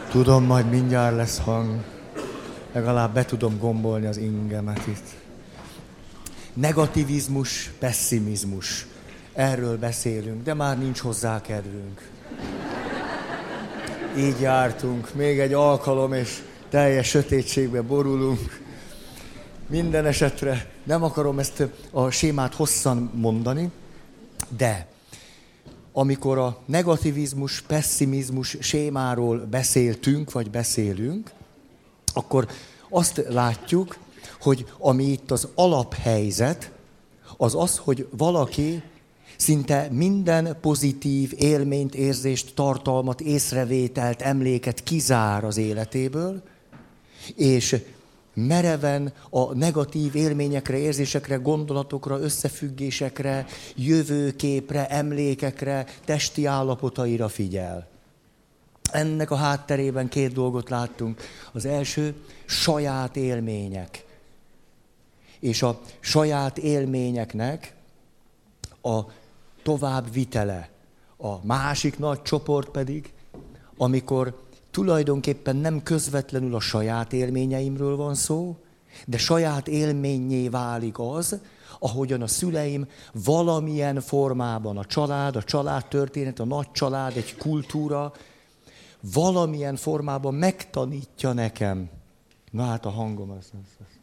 Tudom, majd mindjárt lesz hang. Legalább be tudom gombolni az ingemet itt. Negativizmus, pessimizmus. Erről beszélünk, de már nincs hozzá kedvünk. Így jártunk, még egy alkalom, és teljes sötétségbe borulunk. Minden esetre nem akarom ezt a sémát hosszan mondani, de amikor a negativizmus, pessimizmus sémáról beszéltünk, vagy beszélünk, akkor azt látjuk, hogy ami itt az alaphelyzet, az az, hogy valaki szinte minden pozitív élményt, érzést, tartalmat, észrevételt, emléket kizár az életéből, és mereven a negatív élményekre, érzésekre, gondolatokra, összefüggésekre, jövőképre, emlékekre, testi állapotaira figyel. Ennek a hátterében két dolgot láttunk. Az első, saját élmények. És a saját élményeknek a továbbvitele. A másik nagy csoport pedig, amikor tulajdonképpen nem közvetlenül a saját élményeimről van szó, de saját élménnyé válik az, ahogyan a szüleim valamilyen formában, a családtörténet, a nagy család, egy kultúra, valamilyen formában megtanítja nekem. Na hát a hangom az.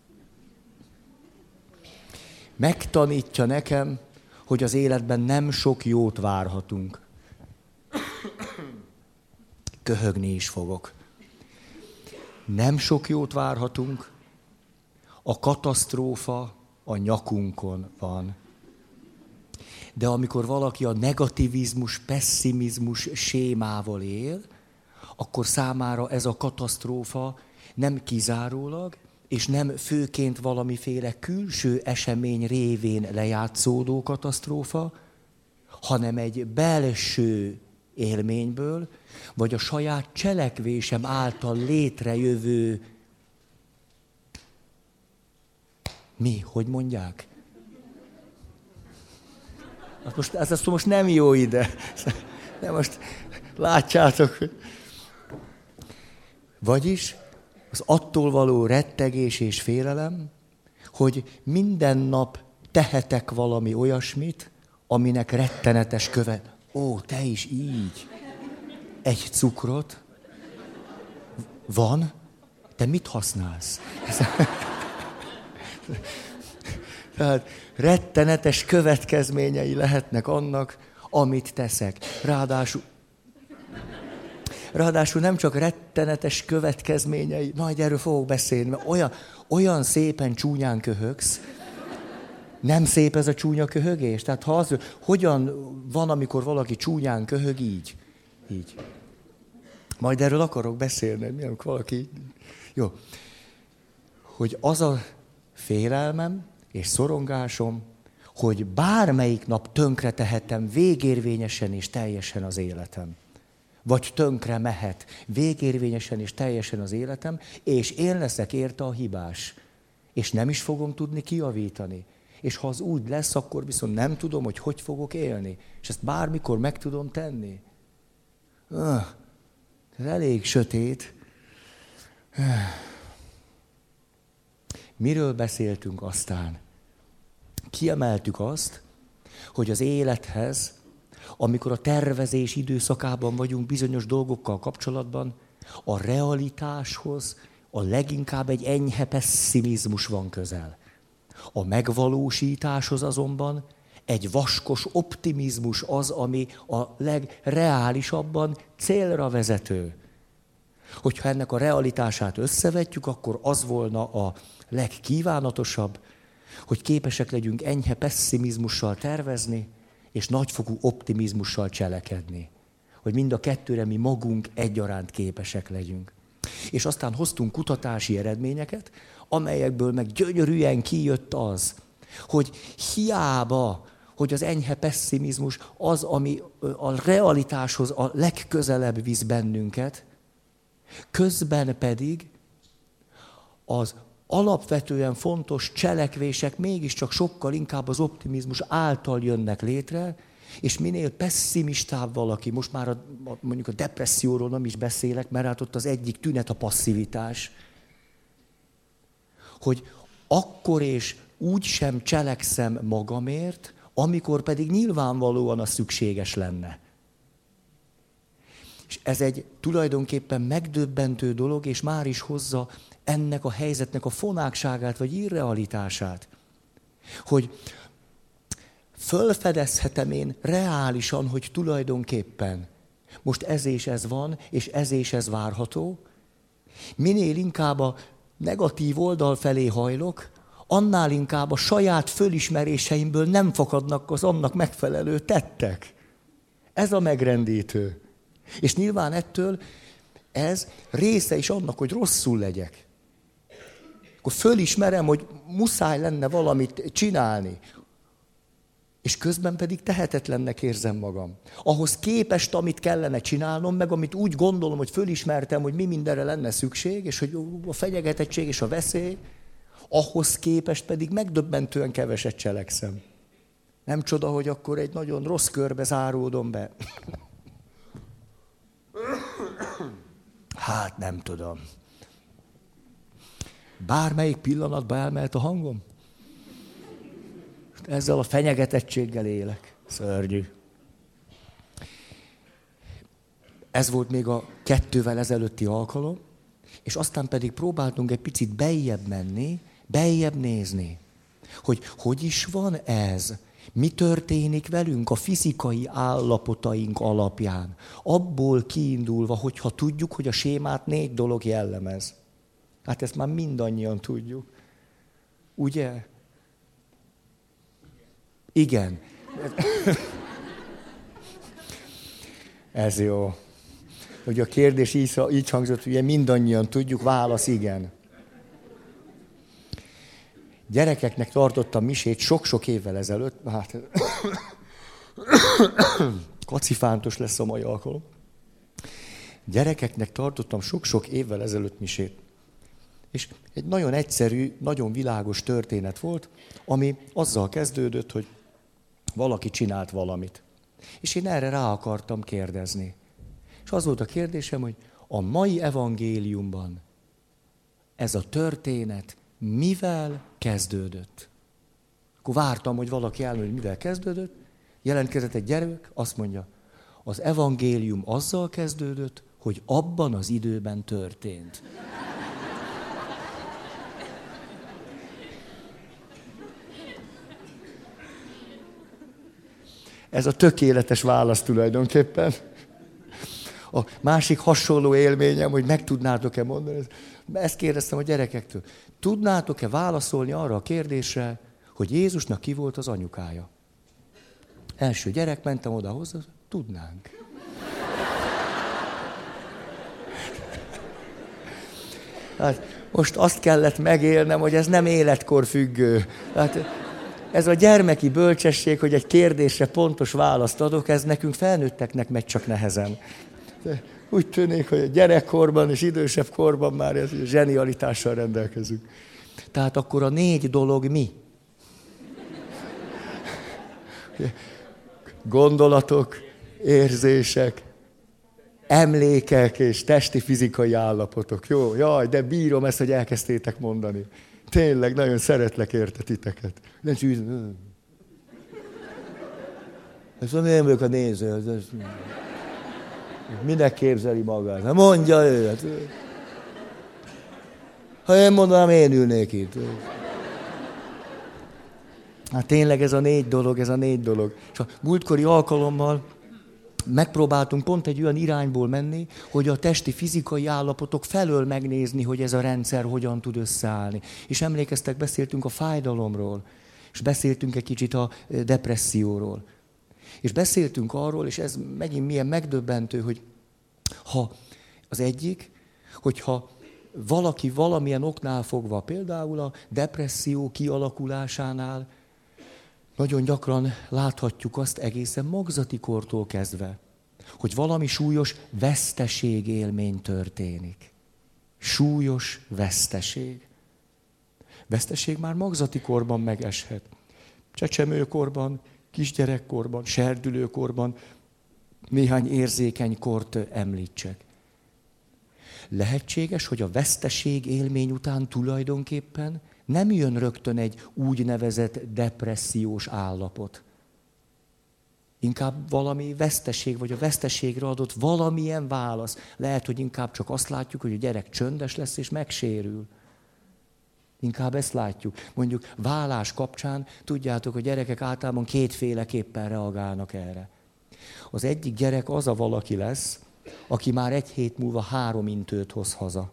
Megtanítja nekem, hogy az életben nem sok jót várhatunk. Köhögni is fogok. Nem sok jót várhatunk, a katasztrófa a nyakunkon van. De amikor valaki a negativizmus, pessimizmus sémával él, akkor számára ez a katasztrófa nem kizárólag, és nem főként valamiféle külső esemény révén lejátszódó katasztrófa, hanem egy belső élményből, vagy a saját cselekvésem által létrejövő... Mi? Hogy mondják? Ez most nem jó ide. De most látjátok. Vagyis az attól való rettegés és félelem, hogy minden nap tehetek valami olyasmit, aminek rettenetes követ. Ó, te is így. Egy cukrot. Van? Te mit használsz? Tehát rettenetes következményei lehetnek annak, amit teszek. Ráadásul nem csak rettenetes következményei, majd erről fogok beszélni, mert olyan szépen csúnyán köhögsz. Nem szép ez a csúnya köhögés? Tehát hogyan van, amikor valaki csúnyán köhög így? Így. Majd erről akarok beszélni, mi amikor valaki... Jó. Hogy az a félelmem és szorongásom, hogy bármelyik nap tönkre tehetem végérvényesen és teljesen az életem. Vagy tönkre mehet végérvényesen és teljesen az életem, és én leszek érte a hibás. És nem is fogom tudni kijavítani. És ha az úgy lesz, akkor viszont nem tudom, hogy fogok élni. És ezt bármikor meg tudom tenni. Ez elég sötét. Miről beszéltünk aztán? Kiemeltük azt, hogy az élethez, amikor a tervezés időszakában vagyunk bizonyos dolgokkal kapcsolatban, a realitáshoz a leginkább egy enyhe pesszimizmus van közel. A megvalósításhoz azonban egy vaskos optimizmus az, ami a legreálisabban célra vezető. Hogyha ennek a realitását összevetjük, akkor az volna a legkívánatosabb, hogy képesek legyünk enyhe pesszimizmussal tervezni, és nagyfokú optimizmussal cselekedni. Hogy mind a kettőre mi magunk egyaránt képesek legyünk. És aztán hoztunk kutatási eredményeket, amelyekből meg gyönyörűen kijött az, hogy hiába, hogy az enyhe pesszimizmus az, ami a realitáshoz a legközelebb visz bennünket, közben pedig az alapvetően fontos cselekvések mégiscsak sokkal inkább az optimizmus által jönnek létre, És minél pesszimistább valaki, most már mondjuk a depresszióról nem is beszélek, mert hát ott az egyik tünet a passzivitás, hogy akkor és úgy sem cselekszem magamért, amikor pedig nyilvánvalóan az szükséges lenne. És ez egy tulajdonképpen megdöbbentő dolog, és már is hozza ennek a helyzetnek a fonákságát, vagy irrealitását. Hogy fölfedezhetem én reálisan, hogy tulajdonképpen most ez és ez van, és ez várható. Minél inkább a negatív oldal felé hajlok, annál inkább a saját fölismeréseimből nem fakadnak az annak megfelelő tettek. Ez a megrendítő. És nyilván ettől ez része is annak, hogy rosszul legyek. Akkor fölismerem, hogy muszáj lenne valamit csinálni. És közben pedig tehetetlennek érzem magam. Ahhoz képest, amit kellene csinálnom, meg amit úgy gondolom, hogy fölismertem, hogy mi mindenre lenne szükség, és hogy a fenyegetettség és a veszély, ahhoz képest pedig megdöbbentően keveset cselekszem. Nem csoda, hogy akkor egy nagyon rossz körbe záródom be. Hát nem tudom. Bármelyik pillanatban elmehet a hangom? Ezzel a fenyegetettséggel élek. Szörnyű. Ez volt még a 2-vel ezelőtti alkalom, és aztán pedig próbáltunk egy picit beljebb menni, beljebb nézni, hogy is van ez, mi történik velünk a fizikai állapotaink alapján, abból kiindulva, hogyha tudjuk, hogy a sémát 4 dolog jellemez. Hát ezt már mindannyian tudjuk. Ugye? Igen. Ez jó. Hogy a kérdés így hangzott, hogy mindannyian tudjuk, válasz igen. Gyerekeknek tartottam misét sok-sok évvel ezelőtt, hát kacifántos lesz a mai alkalom. Gyerekeknek tartottam sok-sok évvel ezelőtt misét. És egy nagyon egyszerű, nagyon világos történet volt, ami azzal kezdődött, hogy valaki csinált valamit. És én erre rá akartam kérdezni. És az volt a kérdésem, hogy a mai evangéliumban ez a történet mivel kezdődött? Akkor vártam, hogy valaki elmondja, hogy mivel kezdődött. Jelentkezett egy gyerek, azt mondja, az evangélium azzal kezdődött, hogy abban az időben történt. Ez a tökéletes válasz tulajdonképpen. A másik hasonló élményem, hogy meg tudnátok-e mondani, ezt kérdeztem a gyerekektől. Tudnátok-e válaszolni arra a kérdésre, hogy Jézusnak ki volt az anyukája? Első gyerek, mentem oda hozzá, tudnánk. Hát most azt kellett megélnem, hogy ez nem életkor függő. Hát ez a gyermeki bölcsesség, hogy egy kérdésre pontos választ adok, ez nekünk felnőtteknek megy csak nehezen. De úgy tűnik, hogy a gyerekkorban és idősebb korban már ez zsenialitással rendelkezünk. Tehát akkor a 4 dolog mi? Gondolatok, érzések, emlékek és testi fizikai állapotok. Jó, jaj, de bírom ezt, hogy elkezdtétek mondani. Tényleg, nagyon szeretlek érte titeket. Nem csűz... Ezt nem én vagyok a néző. Minek képzeli magát? Hát mondja ő. Ha én mondanám, én ülnék itt. Hát tényleg ez a 4 dolog. És a múltkori alkalommal megpróbáltunk pont egy olyan irányból menni, hogy a testi fizikai állapotok felől megnézni, hogy ez a rendszer hogyan tud összeállni. És emlékeztek, beszéltünk a fájdalomról, és beszéltünk egy kicsit a depresszióról. És beszéltünk arról, és ez megint milyen megdöbbentő, hogy ha az egyik, hogyha valaki valamilyen oknál fogva, például a depresszió kialakulásánál, nagyon gyakran láthatjuk azt egészen magzati kortól kezdve, hogy valami súlyos veszteségélmény történik. Súlyos veszteség. Veszteség már magzati korban megeshet. Csecsemőkorban, kisgyerekkorban, serdülőkorban néhány érzékeny kort említsek. Lehetséges, hogy a veszteség élmény után tulajdonképpen nem jön rögtön egy úgynevezett depressziós állapot. Inkább valami veszteség, vagy a veszteségre adott valamilyen válasz. Lehet, hogy inkább csak azt látjuk, hogy a gyerek csöndes lesz és megsérül. Inkább ezt látjuk. Mondjuk válás kapcsán tudjátok, hogy gyerekek általában kétféleképpen reagálnak erre. Az egyik gyerek az a valaki lesz, aki már 1 hét múlva 3 intőt hoz haza.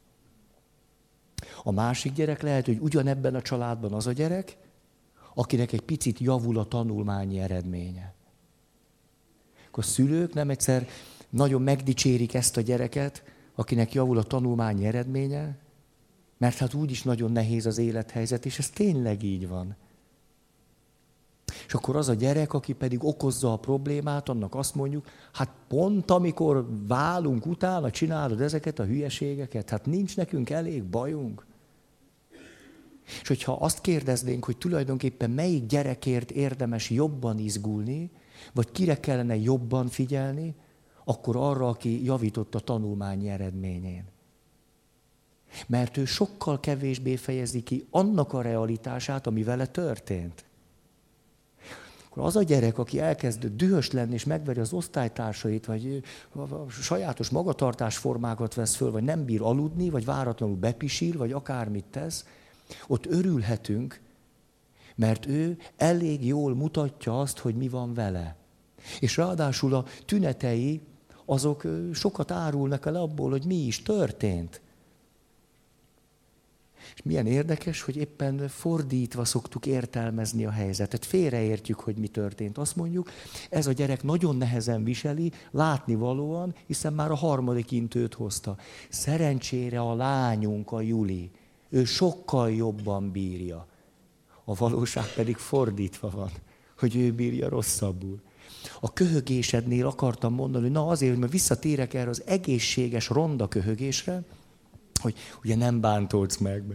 A másik gyerek lehet, hogy ugyanebben a családban az a gyerek, akinek egy picit javul a tanulmányi eredménye. Akkor a szülők nem egyszer nagyon megdicsérik ezt a gyereket, akinek javul a tanulmányi eredménye, mert hát úgyis nagyon nehéz az élethelyzet, és ez tényleg így van. És akkor az a gyerek, aki pedig okozza a problémát, annak azt mondjuk, hát pont amikor válunk utána, csinálod ezeket a hülyeségeket, hát nincs nekünk elég bajunk. És hogyha azt kérdeznénk, hogy tulajdonképpen melyik gyerekért érdemes jobban izgulni, vagy kire kellene jobban figyelni, akkor arra, aki javított a tanulmányi eredményén. Mert ő sokkal kevésbé fejezi ki annak a realitását, ami vele történt. Akkor az a gyerek, aki elkezd dühös lenni, és megveri az osztálytársait, vagy sajátos magatartásformákat vesz föl, vagy nem bír aludni, vagy váratlanul bepisil, vagy akármit tesz, ott örülhetünk, mert ő elég jól mutatja azt, hogy mi van vele. És ráadásul a tünetei, azok sokat árulnak el abból, hogy mi is történt. És milyen érdekes, hogy éppen fordítva szoktuk értelmezni a helyzetet. Félreértjük, hogy mi történt. Azt mondjuk, ez a gyerek nagyon nehezen viseli, látnivalóan, hiszen már a 3. intőt hozta. Szerencsére a lányunk, a Juli, ő sokkal jobban bírja. A valóság pedig fordítva van, hogy ő bírja rosszabbul. A köhögésednél akartam mondani, hogy na azért, mert visszatérek erre az egészséges, ronda köhögésre, hogy ugye nem bántódsz meg,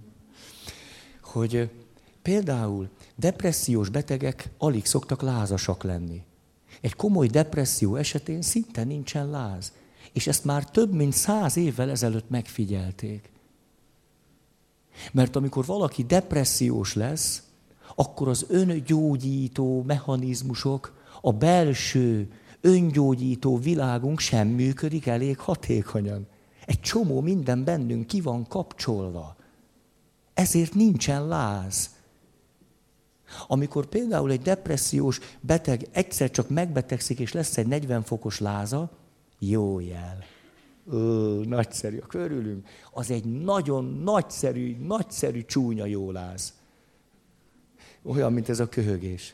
hogy például depressziós betegek alig szoktak lázasak lenni. Egy komoly depresszió esetén szinte nincsen láz. És ezt már több mint 100 évvel ezelőtt megfigyelték. Mert amikor valaki depressziós lesz, akkor az öngyógyító mechanizmusok, a belső öngyógyító világunk sem működik elég hatékonyan. Egy csomó minden bennünk ki van kapcsolva. Ezért nincsen láz. Amikor például egy depressziós beteg egyszer csak megbetegszik, és lesz egy 40 fokos láza, jó jel. Nagyszerű, a körülünk. Az egy nagyon nagyszerű csúnya jó láz. Olyan, mint ez a köhögés.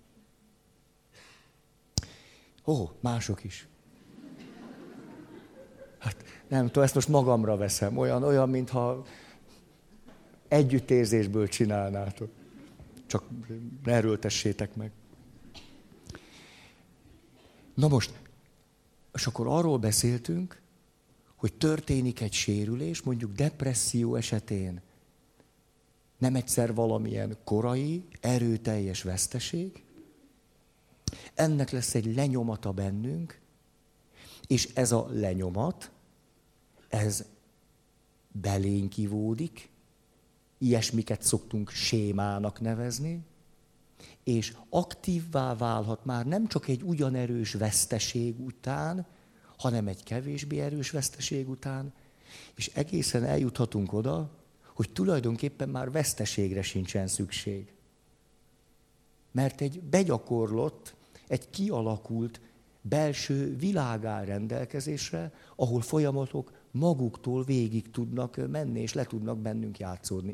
Mások is. Hát nem tudom, ezt most magamra veszem. Olyan, mintha együttérzésből csinálnátok. Csak ne erőltessétek meg. Na most, és akkor arról beszéltünk, hogy történik egy sérülés, mondjuk depresszió esetén. Nem egyszer valamilyen korai, erőteljes veszteség. Ennek lesz egy lenyomata bennünk, és ez a lenyomat, ez belénk ivódik, ilyesmiket szoktunk sémának nevezni, és aktívvá válhat már nem csak egy ugyanerős veszteség után, hanem egy kevésbé erős veszteség után, és egészen eljuthatunk oda, hogy tulajdonképpen már veszteségre sincsen szükség. Mert egy begyakorlott, egy kialakult belső világ áll rendelkezésre, ahol folyamatok maguktól végig tudnak menni, és le tudnak bennünk játszódni.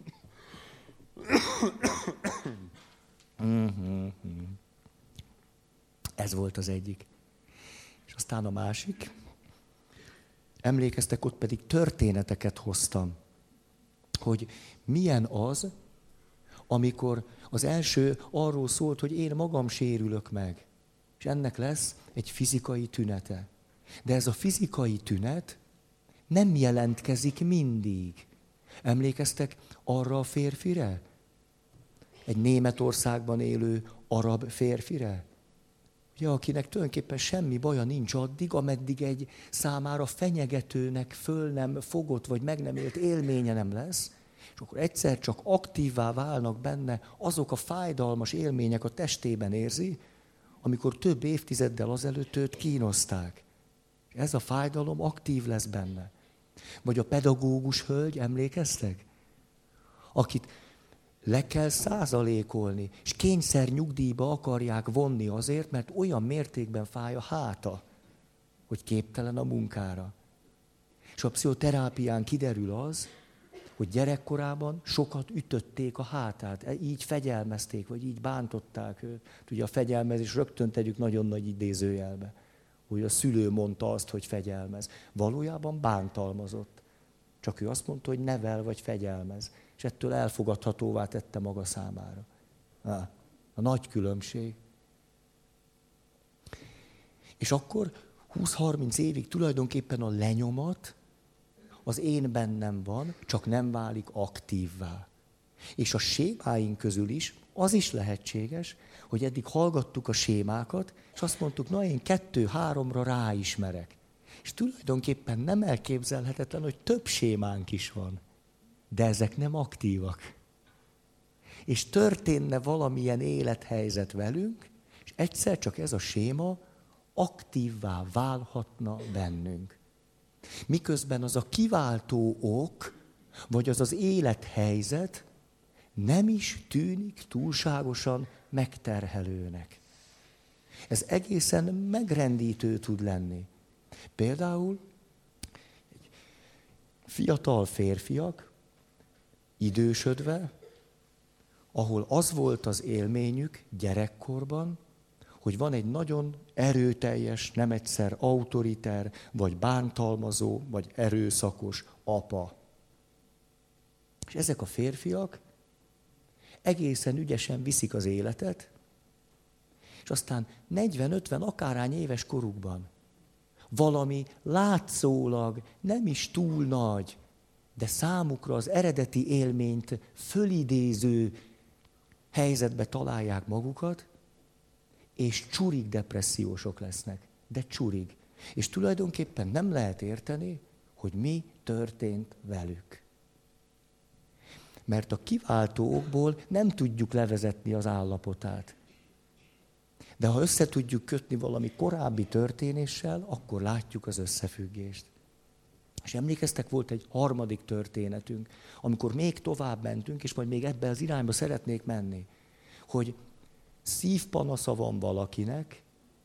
Ez volt az egyik. És aztán a másik. Emlékeztek, ott pedig történeteket hoztam, hogy milyen az, amikor az első arról szólt, hogy én magam sérülök meg, és ennek lesz egy fizikai tünete. De ez a fizikai tünet nem jelentkezik mindig. Emlékeztek arra a férfire? Egy Németországban élő arab férfire? Ugye, akinek tulajdonképpen semmi baja nincs addig, ameddig egy számára fenyegetőnek föl nem fogott, vagy meg nem élt élménye nem lesz, és akkor egyszer csak aktívvá válnak benne azok a fájdalmas élmények a testében érzi, amikor több évtizeddel azelőtt őt kínozták. Ez a fájdalom aktív lesz benne. Vagy a pedagógus hölgy, emlékeztek? Akit le kell százalékolni, és kényszer nyugdíjba akarják vonni azért, mert olyan mértékben fáj a háta, hogy képtelen a munkára. És a pszichoterápián kiderül az, hogy gyerekkorában sokat ütötték a hátát, így fegyelmezték, vagy így bántották őt. Ugye a fegyelmezés rögtön tegyük nagyon nagy idézőjelbe, hogy a szülő mondta azt, hogy fegyelmez. Valójában bántalmazott. Csak ő azt mondta, hogy nevel vagy fegyelmez. És ettől elfogadhatóvá tette maga számára. A nagy különbség. És akkor 20-30 évig tulajdonképpen a lenyomat az én bennem van, csak nem válik aktívvá. És a sémáink közül is az is lehetséges, hogy eddig hallgattuk a sémákat, és azt mondtuk, na én 2-3-ra ráismerek. És tulajdonképpen nem elképzelhetetlen, hogy több sémánk is van. De ezek nem aktívak. És történne valamilyen élethelyzet velünk, és egyszer csak ez a séma aktívvá válhatna bennünk. Miközben az a kiváltó ok, vagy az az élethelyzet nem is tűnik túlságosan megterhelőnek. Ez egészen megrendítő tud lenni. Például fiatal férfiak, idősödve, ahol az volt az élményük gyerekkorban, hogy van egy nagyon erőteljes, nem egyszer autoriter, vagy bántalmazó, vagy erőszakos apa. És ezek a férfiak egészen ügyesen viszik az életet, és aztán 40-50 akárhány éves korukban valami látszólag nem is túl nagy, de számukra az eredeti élményt fölidéző helyzetbe találják magukat, és csurig depressziósok lesznek. De csurig. És tulajdonképpen nem lehet érteni, hogy mi történt velük. Mert a kiváltó okból nem tudjuk levezetni az állapotát. De ha össze tudjuk kötni valami korábbi történéssel, akkor látjuk az összefüggést. És emlékeztek, volt egy harmadik történetünk, amikor még tovább mentünk, és majd még ebbe az irányba szeretnék menni, hogy szívpanasza van valakinek,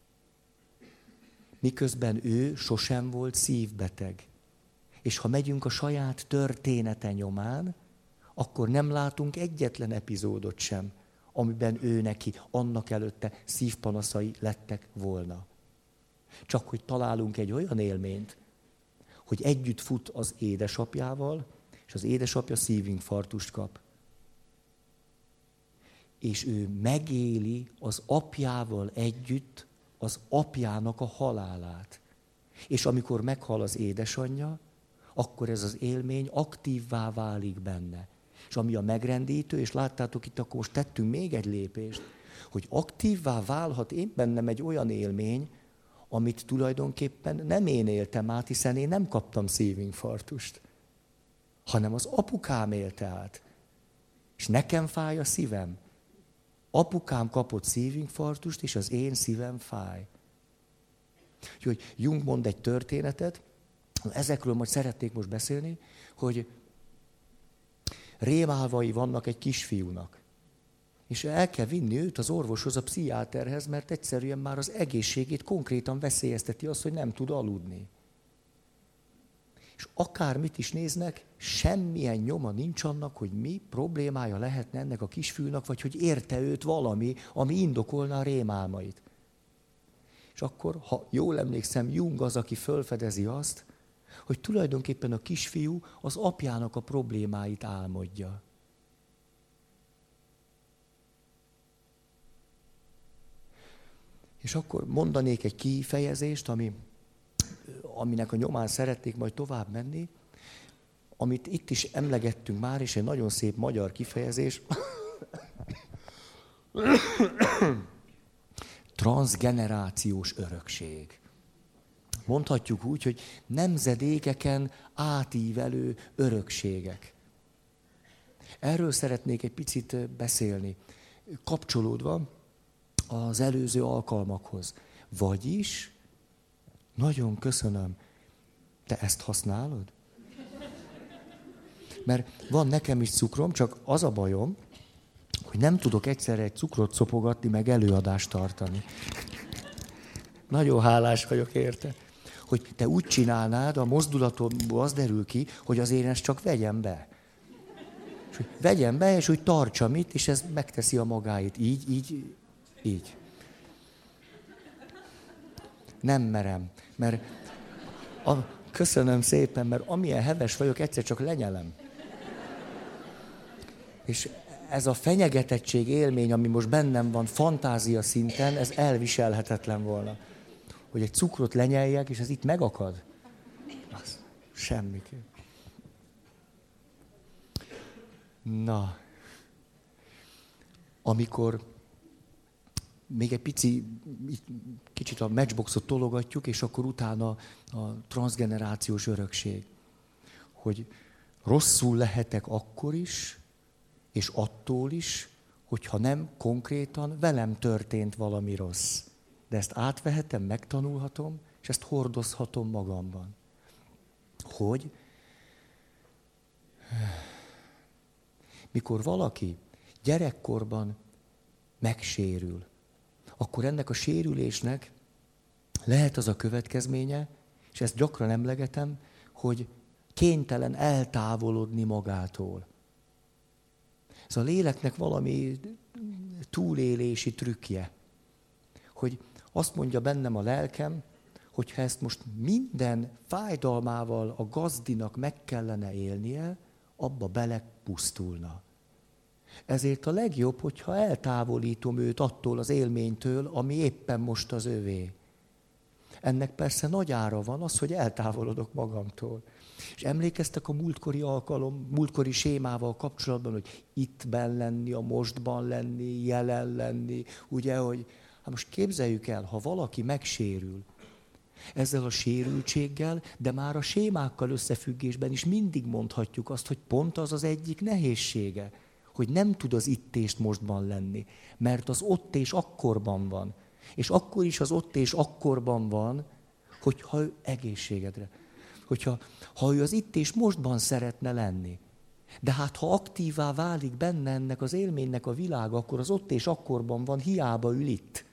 miközben ő sosem volt szívbeteg. És ha megyünk a saját története nyomán, akkor nem látunk egyetlen epizódot sem, amiben ő neki annak előtte szívpanaszai lettek volna. Csak hogy találunk egy olyan élményt, hogy együtt fut az édesapjával, és az édesapja szívinfarktust kap. És ő megéli az apjával együtt az apjának a halálát. És amikor meghal az édesanyja, akkor ez az élmény aktívvá válik benne. És ami a megrendítő, és láttátok itt, akkor most tettünk még egy lépést, hogy aktívvá válhat én bennem egy olyan élmény, amit tulajdonképpen nem én éltem át, hiszen én nem kaptam szívinfarktust, hanem az apukám élte át. És nekem fáj a szívem. Apukám kapott szívinfarktust, és az én szívem fáj. Úgyhogy Jung mond egy történetet, ezekről majd szeretnék most beszélni, hogy rémálvai vannak egy kisfiúnak. És el kell vinni őt az orvoshoz, a pszichiáterhez, mert egyszerűen már az egészségét konkrétan veszélyezteti azt, hogy nem tud aludni. És akármit is néznek, semmilyen nyoma nincs annak, hogy mi problémája lehetne ennek a kisfiúnak, vagy hogy érte őt valami, ami indokolna a rémálmait. És akkor, ha jól emlékszem, Jung az, aki felfedezi azt, hogy tulajdonképpen a kisfiú az apjának a problémáit álmodja. És akkor mondanék egy kifejezést, aminek a nyomán szeretnék majd tovább menni, amit itt is emlegettünk már, és egy nagyon szép magyar kifejezés, Transzgenerációs örökség. Mondhatjuk úgy, hogy nemzedékeken átívelő örökségek. Erről szeretnék egy picit beszélni, kapcsolódva az előző alkalmakhoz. Vagyis, nagyon köszönöm, te ezt használod? Mert van nekem is cukrom, csak az a bajom, hogy nem tudok egyszerre egy cukrot szopogatni, meg előadást tartani. Nagyon hálás vagyok érte. Hogy te úgy csinálnád, a mozdulatomból az derül ki, hogy azért ezt csak vegyem be. És hogy vegyem be, és úgy tartsam itt, és ez megteszi a magáit. Így. Nem merem, mert köszönöm szépen, mert amilyen heves vagyok, egyszer csak lenyelem. És ez a fenyegetettség élmény, ami most bennem van fantázia szinten, ez elviselhetetlen volna. Hogy egy cukrot lenyeljek, és ez itt megakad. Az semmiképp. Na, amikor még egy kicsit a matchboxot tologatjuk, és akkor utána a transzgenerációs örökség. Hogy rosszul lehetek akkor is, és attól is, hogyha nem konkrétan velem történt valami rossz. De ezt átvehetem, megtanulhatom, és ezt hordozhatom magamban. Hogy mikor valaki gyerekkorban megsérül, akkor ennek a sérülésnek lehet az a következménye, és ezt gyakran emlegetem, hogy kénytelen eltávolodni magától. Ez a léleknek valami túlélési trükkje, hogy azt mondja bennem a lelkem, hogy ha ezt most minden fájdalmával a gazdinak meg kellene élnie, abba belepusztulna. Ezért a legjobb, hogyha eltávolítom őt attól az élménytől, ami éppen most az övé. Ennek persze nagy ára van az, hogy eltávolodok magamtól. És emlékeztek a múltkori sémával kapcsolatban, hogy ittben lenni, a mostban lenni, jelen lenni. Ugye, hogy hát most képzeljük el, ha valaki megsérül, ezzel a sérültséggel, de már a sémákkal összefüggésben is mindig mondhatjuk azt, hogy pont az az egyik nehézsége, hogy nem tud az itt és mostban lenni, mert az ott és akkorban van. És akkor is az ott és akkorban van, hogyha ő egészségedre. Ha ő az itt és mostban szeretne lenni. De hát ha aktívá válik benne ennek az élménynek a világa, akkor az ott és akkorban van, hiába ül itt.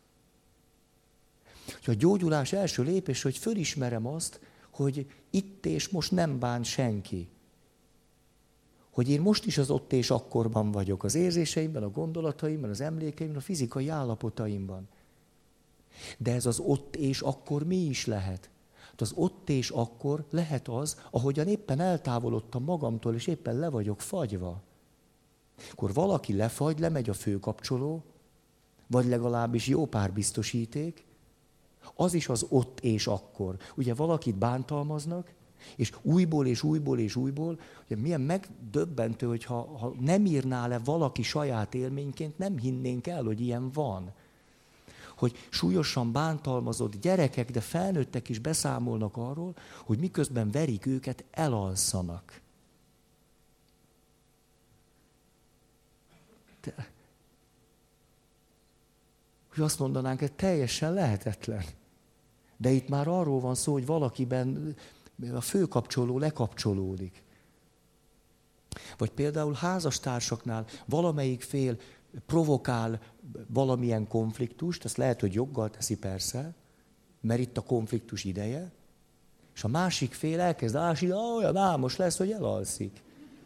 A gyógyulás első lépés, hogy fölismerem azt, hogy itt és most nem bán senki. Hogy én most is az ott és akkorban vagyok, az érzéseimben, a gondolataimban, az emlékeimben, a fizikai állapotaimban. De ez az ott és akkor mi is lehet? Az ott és akkor lehet az, ahogyan éppen eltávolodtam magamtól, és éppen le vagyok fagyva. Akkor valaki lefagy, lemegy a főkapcsoló, vagy legalábbis jó pár biztosíték, az is az ott és akkor. Ugye valakit bántalmaznak, és újból, ugye milyen megdöbbentő, hogy ha nem írná le valaki saját élményként, nem hinnénk el, hogy ilyen van. Hogy súlyosan bántalmazott gyerekek, de felnőttek is beszámolnak arról, hogy miközben verik őket, elalszanak. Hogy azt mondanánk, hogy teljesen lehetetlen. De itt már arról van szó, hogy valakiben a főkapcsoló lekapcsolódik. Vagy például házastársaknál valamelyik fél provokál valamilyen konfliktust, ezt lehet, hogy joggal teszi persze, mert itt a konfliktus ideje, és a másik fél elkezd ásítani, olyan álmos lesz, hogy elalszik.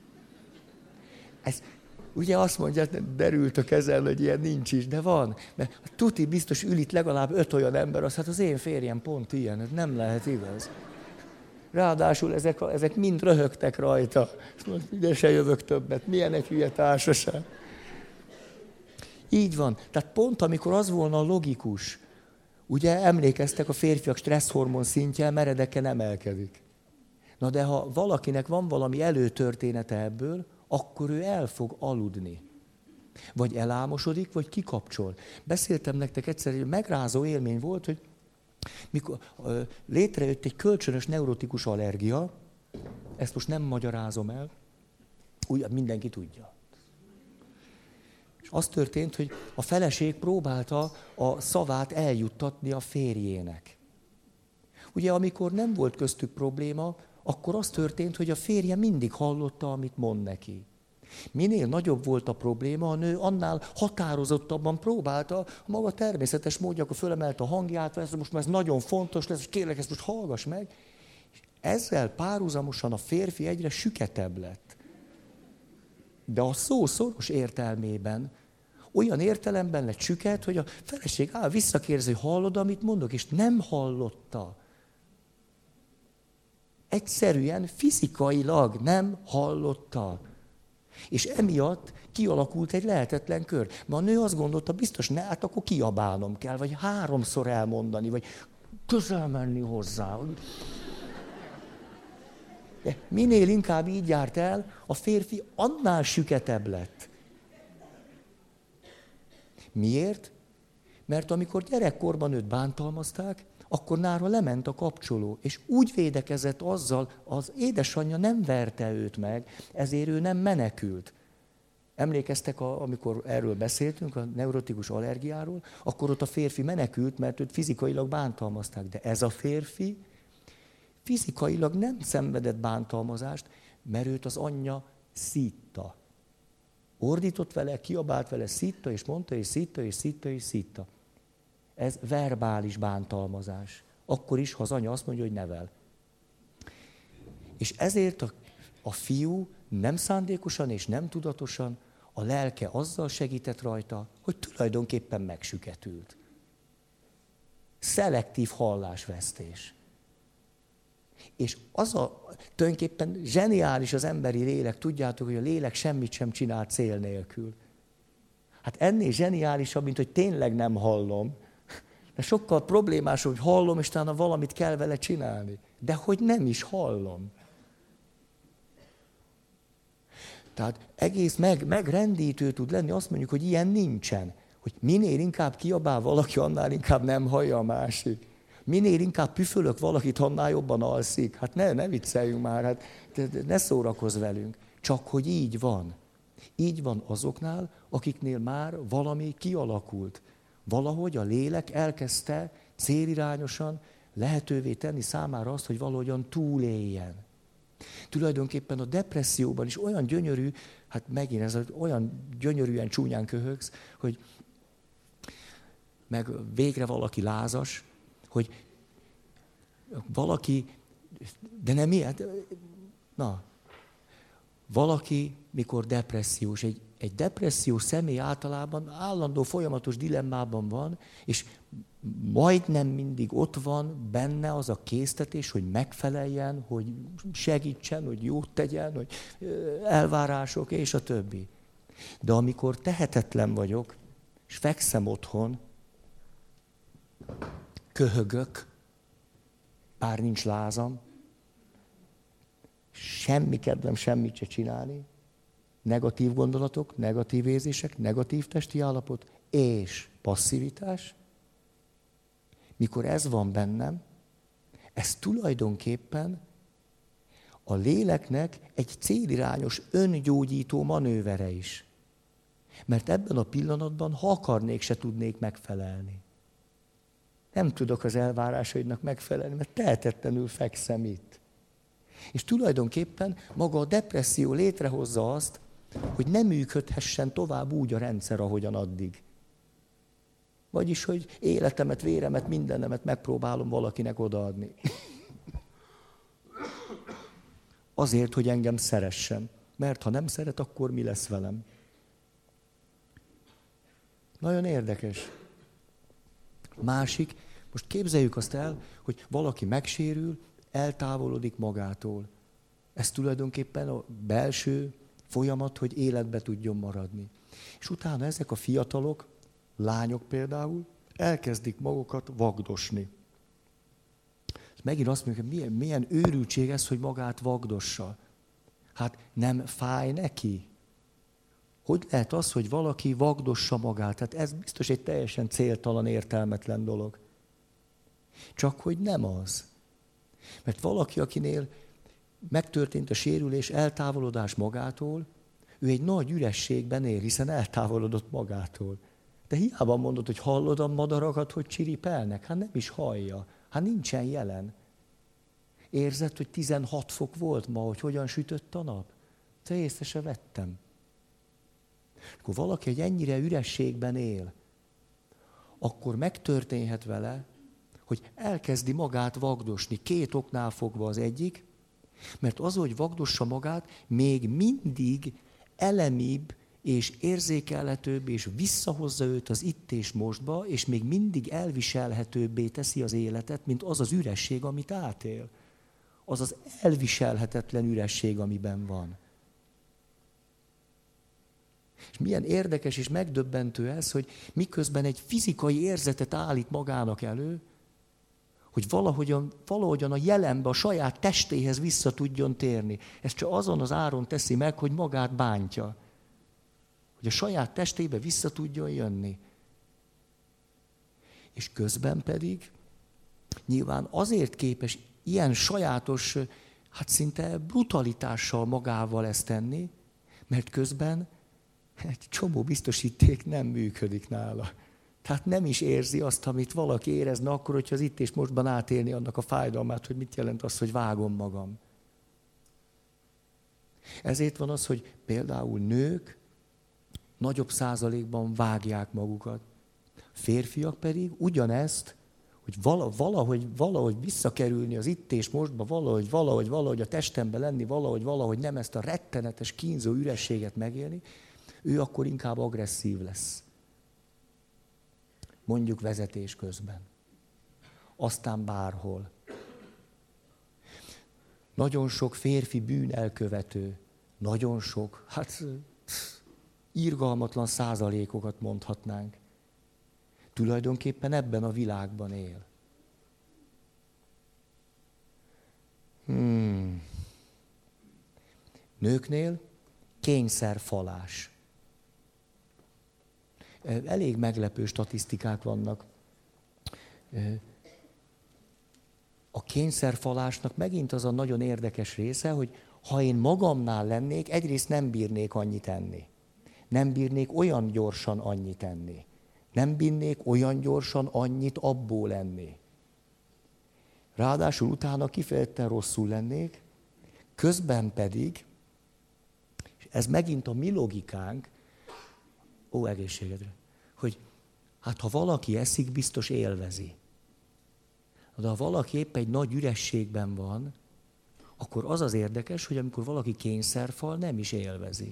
Ez, ugye azt mondja, derült a kezem, hogy ilyen nincs is, de van. Mert tuti biztos ül itt legalább 5 olyan ember, az én férjem pont ilyen, ez nem lehet igaz. Ráadásul ezek mind röhögtek rajta. Ide se jövök többet, milyen egy hülye társaság. Így van. Tehát pont amikor az volna logikus, ugye emlékeztek, a férfiak stresszhormon szintje meredeken emelkedik. Na de ha valakinek van valami előtörténete ebből, akkor ő el fog aludni. Vagy elálmosodik, vagy kikapcsol. Beszéltem nektek egyszer, hogy megrázó élmény volt, hogy mikor létrejött egy kölcsönös neurotikus allergia, ezt most nem magyarázom el, úgy mindenki tudja. És az történt, hogy a feleség próbálta a szavát eljuttatni a férjének. Ugye, amikor nem volt köztük probléma, akkor az történt, hogy a férje mindig hallotta, amit mond neki. Minél nagyobb volt a probléma, a nő annál határozottabban próbálta a maga természetes módja, akkor fölemelte a hangját, most már ez nagyon fontos lesz, és kérlek, ezt most hallgass meg. És ezzel párhuzamosan a férfi egyre süketebb lett. De a szó szoros értelmében, olyan értelemben lett süket, hogy a feleség visszakérdezi, hogy hallod, amit mondok, és nem hallotta. Egyszerűen, fizikailag nem hallotta. És emiatt kialakult egy lehetetlen kör. Ma a nő azt gondolta, biztos ne, hát akkor kiabálnom kell, vagy 3-szor elmondani, vagy közel menni hozzá. De minél inkább így járt el, a férfi annál süketebb lett. Miért? Mert amikor gyerekkorban őt bántalmazták, akkor nála lement a kapcsoló, és úgy védekezett azzal, az édesanyja nem verte őt meg, ezért ő nem menekült. Emlékeztek, amikor erről beszéltünk, a neurotikus allergiáról, akkor ott a férfi menekült, mert őt fizikailag bántalmazták. De ez a férfi fizikailag nem szenvedett bántalmazást, mert őt az anyja szítta. Ordított vele, kiabált vele, szítta, és mondta, és szítta, és szítta, és szítta. Ez verbális bántalmazás. Akkor is, ha az anya azt mondja, hogy nevel. És ezért a fiú nem szándékosan és nem tudatosan a lelke azzal segített rajta, hogy tulajdonképpen megsüketült. Szelektív hallásvesztés. És tulajdonképpen zseniális az emberi lélek, tudjátok, hogy a lélek semmit sem csinál cél nélkül. Hát ennél zseniálisabb, mint hogy tényleg nem hallom. De sokkal problémásabb, hogy hallom, és talán valamit kell vele csinálni. De hogy nem is hallom. Tehát egész megrendítő tud lenni, azt mondjuk, hogy ilyen nincsen. Hogy minél inkább kiabál valaki, annál inkább nem hallja a másik. Minél inkább püfölök valakit, annál jobban alszik. Hát ne vicceljünk már, hát ne szórakozz velünk. Csak hogy így van. Így van azoknál, akiknél már valami kialakult. Valahogy a lélek elkezdte célirányosan lehetővé tenni számára azt, hogy valahogyan túléljen. Tulajdonképpen a depresszióban is olyan gyönyörű, hát megint ez olyan gyönyörűen csúnyán köhögsz, hogy meg végre valaki lázas, hogy valaki, de nem ilyen, valaki, mikor depressziós, egy depressziós személy általában állandó folyamatos dilemmában van, és majdnem mindig ott van benne az a késztetés, hogy megfeleljen, hogy segítsen, hogy jót tegyen, hogy elvárások, és a többi. De amikor tehetetlen vagyok, és fekszem otthon, köhögök, bár nincs lázam, semmi kedvem semmit se csinálni, negatív gondolatok, negatív érzések, negatív testi állapot és passzivitás. Mikor ez van bennem, ez tulajdonképpen a léleknek egy célirányos, öngyógyító manővere is. Mert ebben a pillanatban, ha akarnék, se tudnék megfelelni. Nem tudok az elvárásaidnak megfelelni, mert tehetetlenül fekszem itt. És tulajdonképpen maga a depresszió létrehozza azt, hogy nem működhessen tovább úgy a rendszer, ahogyan addig. Vagyis, hogy életemet, véremet, mindenemet megpróbálom valakinek odaadni. Azért, hogy engem szeressen. Mert ha nem szeret, akkor mi lesz velem? Nagyon érdekes. Másik, most képzeljük azt el, hogy valaki megsérül, eltávolodik magától. Ez tulajdonképpen a belső folyamat, hogy életbe tudjon maradni. És utána ezek a fiatalok, lányok például, elkezdik magukat vagdosni. És megint azt mondjuk, hogy milyen őrültség ez, hogy magát vagdossa. Hát nem fáj neki? Hogy lehet az, hogy valaki vagdossa magát? Tehát ez biztos egy teljesen céltalan, értelmetlen dolog. Csak hogy nem az. Mert valaki, akinél megtörtént a sérülés, eltávolodás magától, ő egy nagy ürességben él, hiszen eltávolodott magától. De hiába mondod, hogy hallod a madarakat, hogy csiripelnek? Hát nem is hallja. Hát nincsen jelen. Érzed, hogy 16 fok volt ma, hogy hogyan sütött a nap? Te észre se vettem. Akkor valaki egy ennyire ürességben él, akkor megtörténhet vele, hogy elkezdi magát vagdosni. 2 oknál fogva az egyik, mert az, hogy vagdossa magát, még mindig elemibb és érzékelhetőbb, és visszahozza őt az itt és mostba, és még mindig elviselhetőbbé teszi az életet, mint az az üresség, amit átél. Az az elviselhetetlen üresség, amiben van. És milyen érdekes és megdöbbentő ez, hogy miközben egy fizikai érzetet állít magának elő, hogy valahogyan a jelenbe, a saját testéhez vissza tudjon térni. Ezt csak azon az áron teszi meg, hogy magát bántja. Hogy a saját testébe vissza tudjon jönni. És közben pedig nyilván azért képes ilyen sajátos, hát szinte brutalitással magával ezt tenni, mert közben egy csomó biztosíték nem működik nála. Tehát nem is érzi azt, amit valaki érezne akkor, hogyha az itt és mostban átélni annak a fájdalmát, hogy mit jelent az, hogy vágom magam. Ezért van az, hogy például nők nagyobb százalékban vágják magukat. Férfiak pedig ugyanezt, hogy valahogy visszakerülni az itt és mostba, valahogy a testembe lenni, valahogy nem ezt a rettenetes, kínzó ürességet megélni, ő akkor inkább agresszív lesz. Mondjuk vezetés közben. Aztán bárhol. Nagyon sok férfi bűnelkövető, nagyon sok, hát irgalmatlan százalékokat mondhatnánk. Tulajdonképpen ebben a világban él. Nőknél kényszerfalás. Elég meglepő statisztikák vannak. A kényszerfalásnak megint az a nagyon érdekes része, hogy ha én magamnál lennék, egyrészt nem bírnék annyit enni. Nem bírnék olyan gyorsan annyit enni. Nem bírnék olyan gyorsan annyit abból enni. Ráadásul utána kifejezetten rosszul lennék, közben pedig, és ez megint a mi logikánk, egészségedre, hogy hát ha valaki eszik, biztos élvezi. De ha valaki épp egy nagy ürességben van, akkor az az érdekes, hogy amikor valaki kényszerfal, nem is élvezi.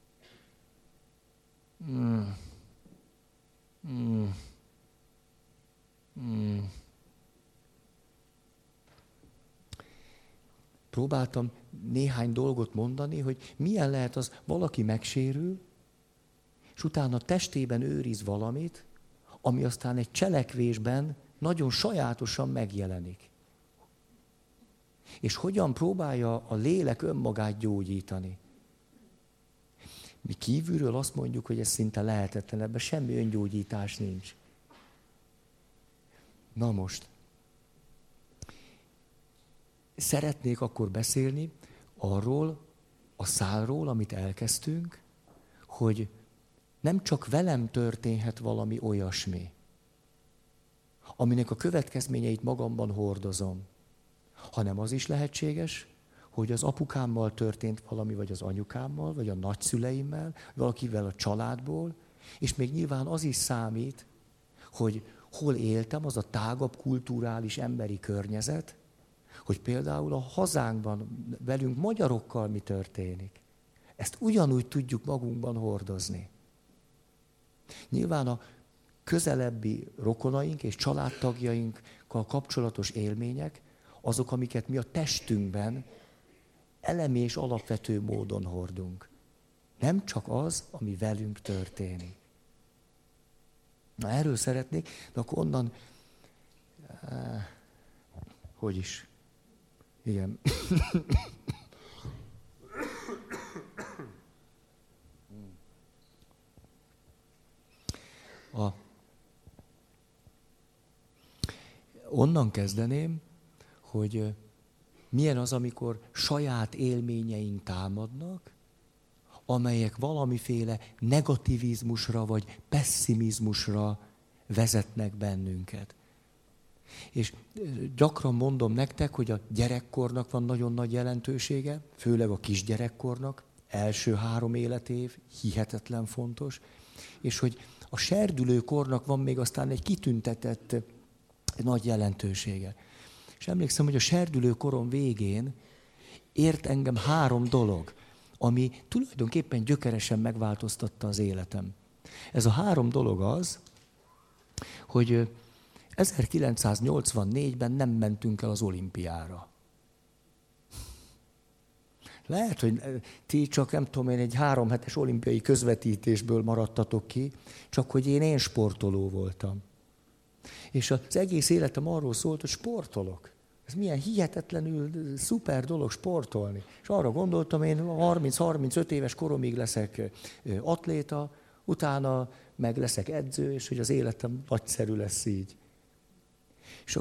Próbáltam néhány dolgot mondani, hogy milyen lehet az, valaki megsérül, és utána testében őriz valamit, ami aztán egy cselekvésben nagyon sajátosan megjelenik. És hogyan próbálja a lélek önmagát gyógyítani. Mi kívülről azt mondjuk, hogy ez szinte lehetetlen, ebben semmi öngyógyítás nincs. Na most, szeretnék akkor beszélni arról a szálról, amit elkezdtünk, hogy nem csak velem történhet valami olyasmi, aminek a következményeit magamban hordozom, hanem az is lehetséges, hogy az apukámmal történt valami, vagy az anyukámmal, vagy a nagyszüleimmel, valakivel a családból, és még nyilván az is számít, hogy hol éltem, az a tágabb kulturális emberi környezet, hogy például a hazánkban velünk magyarokkal mi történik. Ezt ugyanúgy tudjuk magunkban hordozni. Nyilván a közelebbi rokonaink és családtagjainkkal kapcsolatos élmények, azok, amiket mi a testünkben elemi és alapvető módon hordunk. Nem csak az, ami velünk történik. Na, erről szeretnék, de akkor onnan... Hogy is? Igen. kezdeném, hogy milyen az, amikor saját élményeink támadnak, amelyek valamiféle negativizmusra vagy pesszimizmusra vezetnek bennünket. És gyakran mondom nektek, hogy a gyerekkornak van nagyon nagy jelentősége, főleg a kisgyerekkornak, első 3 életév, hihetetlen fontos, és hogy a serdülőkornak van még aztán egy kitüntetett nagy jelentősége. És emlékszem, hogy a serdülőkorom végén ért engem 3 dolog, ami tulajdonképpen gyökeresen megváltoztatta az életem. Ez a 3 dolog az, hogy 1984-ben nem mentünk el az olimpiára. Lehet, hogy ti csak, nem tudom én, egy 3 hetes olimpiai közvetítésből maradtatok ki, csak hogy én sportoló voltam. És az egész életem arról szólt, hogy sportolok. Ez milyen hihetetlenül szuper dolog sportolni. És arra gondoltam, én 30-35 éves koromig leszek atléta, utána meg leszek edző, és hogy az életem nagyszerű lesz így. És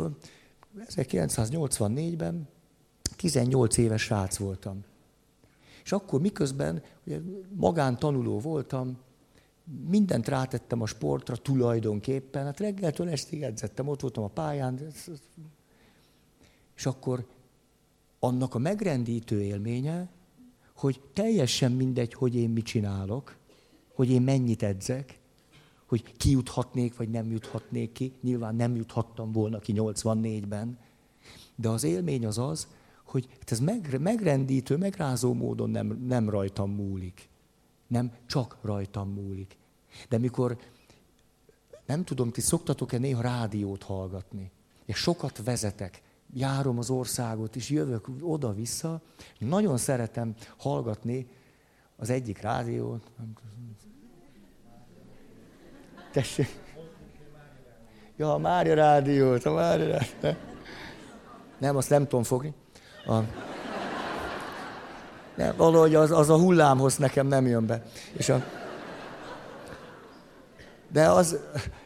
1984-ben 18 éves srác voltam. És akkor miközben ugye, magántanuló voltam, mindent rátettem a sportra tulajdonképpen, hát reggeltől estig edzettem, ott voltam a pályán, és akkor annak a megrendítő élménye, hogy teljesen mindegy, hogy én mit csinálok, hogy én mennyit edzek, hogy ki juthatnék, vagy nem juthatnék ki. Nyilván nem juthattam volna ki 84-ben, de az élmény az az, hogy ez megrendítő, megrázó módon nem rajtam múlik. Nem csak rajtam múlik. De mikor, nem tudom, ti szoktatok-e néha rádiót hallgatni, és sokat vezetek, járom az országot, és jövök oda-vissza, nagyon szeretem hallgatni az egyik rádiót. Tessék. Ja, a Mária rádiót, a Mária rádiót. Nem, azt nem tudom fogni. Nem, valahogy az a hullámhoz nekem nem jön be. De az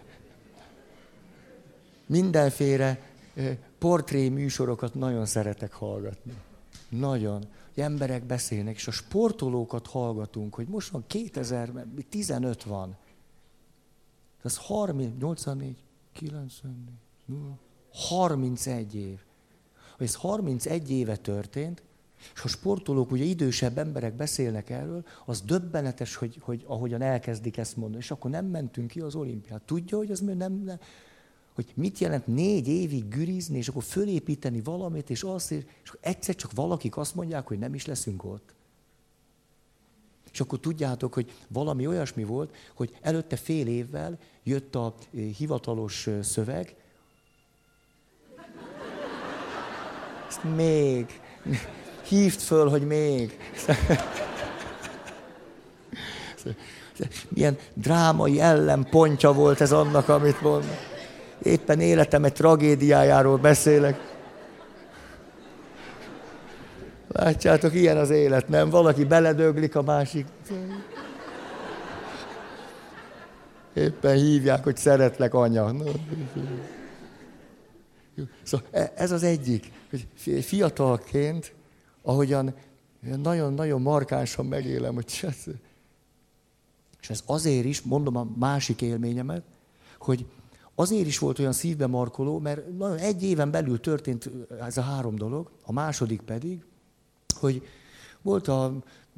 mindenféle portré műsorokat nagyon szeretek hallgatni. Nagyon. Hogy emberek beszélnek, és a sportolókat hallgatunk, hogy most van 2015 van. Ez 30, 84, 94, 31 év. Ez 31 éve történt, és ha sportolók, ugye idősebb emberek beszélnek erről, az döbbenetes, hogy ahogyan elkezdik ezt mondani, és akkor nem mentünk ki az olimpiát. Tudja, hogy az nem, hogy mit jelent 4 évig gürizni, és akkor fölépíteni valamit, és akkor egyszer csak valakik azt mondják, hogy nem is leszünk ott. És akkor tudjátok, hogy valami olyasmi volt, hogy előtte fél évvel jött a hivatalos szöveg. Ezt még. Hívd föl, hogy még. Milyen drámai ellenpontja volt ez annak, amit mond. Éppen életem egy tragédiájáról beszélek. Látjátok, ilyen az élet, nem? Valaki beledöglik, a másik. Éppen hívják, hogy szeretlek, anya. Szóval ez az egyik, hogy fiatalként, ahogyan nagyon-nagyon markánsan megélem, hogy és ez azért is, mondom a másik élményemet, hogy azért is volt olyan szívbe markoló, mert nagyon 1 éven belül történt ez a 3 dolog, a második pedig, hogy volt a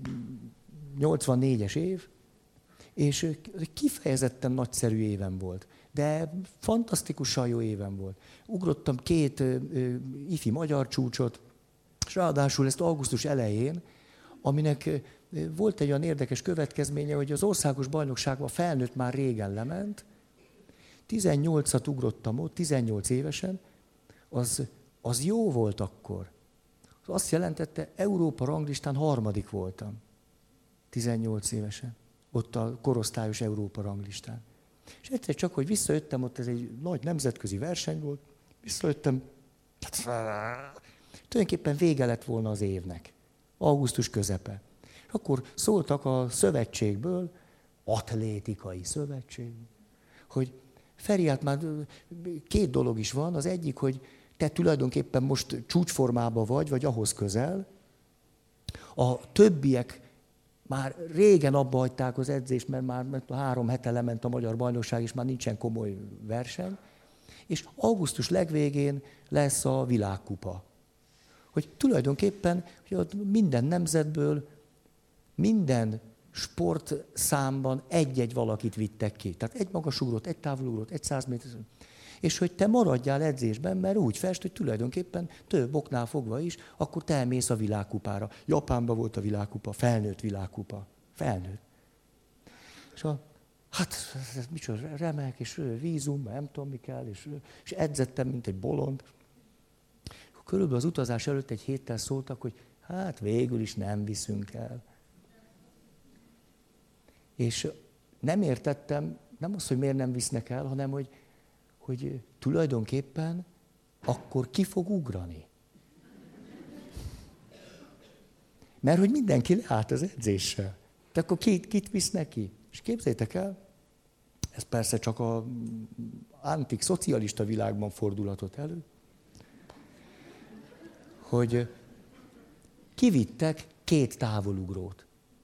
84-es év, és kifejezetten nagyszerű éven volt. De fantasztikusan jó éven volt. Ugrottam 2 ifi magyar csúcsot, és ráadásul ezt augusztus elején, aminek volt egy olyan érdekes következménye, hogy az országos bajnokságban a felnőtt már régen lement, 18-at ugrottam ott, 18 évesen, az jó volt akkor. Az azt jelentette, Európa ranglistán 3. voltam, 18 évesen, ott a korosztályos Európa ranglistán. És egyszer csak, hogy visszajöttem, ott ez egy nagy nemzetközi verseny volt, visszajöttem, tulajdonképpen vége lett volna az évnek, augusztus közepe. És akkor szóltak a szövetségből, atlétikai szövetség, hogy Feri, hát már 2 dolog is van, az egyik, hogy te tulajdonképpen most csúcsformában vagy ahhoz közel, a többiek már régen abba hagyták az edzést, mert már 3 hete lement a magyar bajnokság, és már nincsen komoly verseny, és augusztus legvégén lesz a világkupa. Hogy tulajdonképpen hogy minden nemzetből, minden sportszámban egy-egy valakit vittek ki. Tehát egy magasugrót, egy távolugrót, egy 100 méter. És hogy te maradjál edzésben, mert úgy fest, hogy tulajdonképpen több oknál fogva is, akkor te elmész a világkupára. Japánban volt a világkupa, felnőtt világkupa. Felnőtt. És hát ez micsoda remek, és vízum, nem tudom mi kell, és edzettem, mint egy bolond. Körülbelül az utazás előtt egy héttel szóltak, hogy hát végül is nem viszünk el. És nem értettem, nem az, hogy miért nem visznek el, hanem hogy tulajdonképpen akkor ki fog ugrani. Mert hogy mindenki leállt az edzéssel. De akkor kit visz neki? És képzeljétek el, ez persze csak a antik szocialista világban fordulhatott elő, hogy kivittek 2 távolugrót.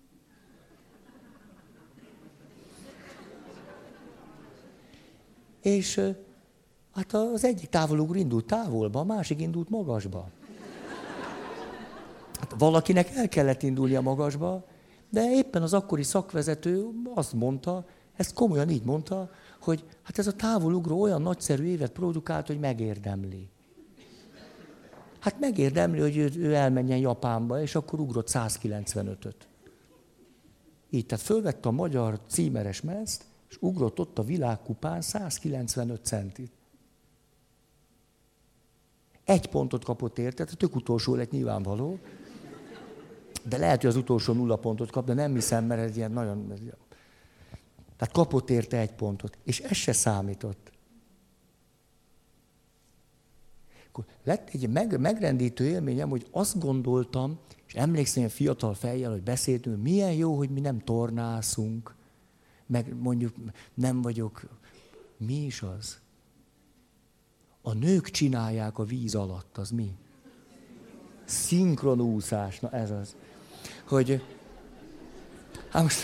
És hát az egyik távolugró indult távolba, a másik indult magasba. Hát valakinek el kellett indulnia magasba, de éppen az akkori szakvezető azt mondta, ezt komolyan így mondta, hogy hát ez a távolugró olyan nagyszerű évet produkált, hogy megérdemli. Hát megérdemli, hogy ő elmenjen Japánba, és akkor ugrott 195-öt. Így, tehát fölvette a magyar címeres mezt, és ugrott ott a világkupán 195 centit. 1 pontot kapott érte, tehát tök utolsó lett nyilvánvaló. De lehet, hogy az utolsó 0 pontot kap, de nem hiszem, mert ez ilyen nagyon... Tehát kapott érte 1 pontot, és ez se számított. Akkor lett egy megrendítő élményem, hogy azt gondoltam, és emlékszem ilyen fiatal fejjel, hogy beszéltünk, milyen jó, hogy mi nem tornászunk, meg mondjuk nem vagyok... Mi is az? A nők csinálják a víz alatt, az mi? Szinkronúszás, na ez az. Hogy... Hát most...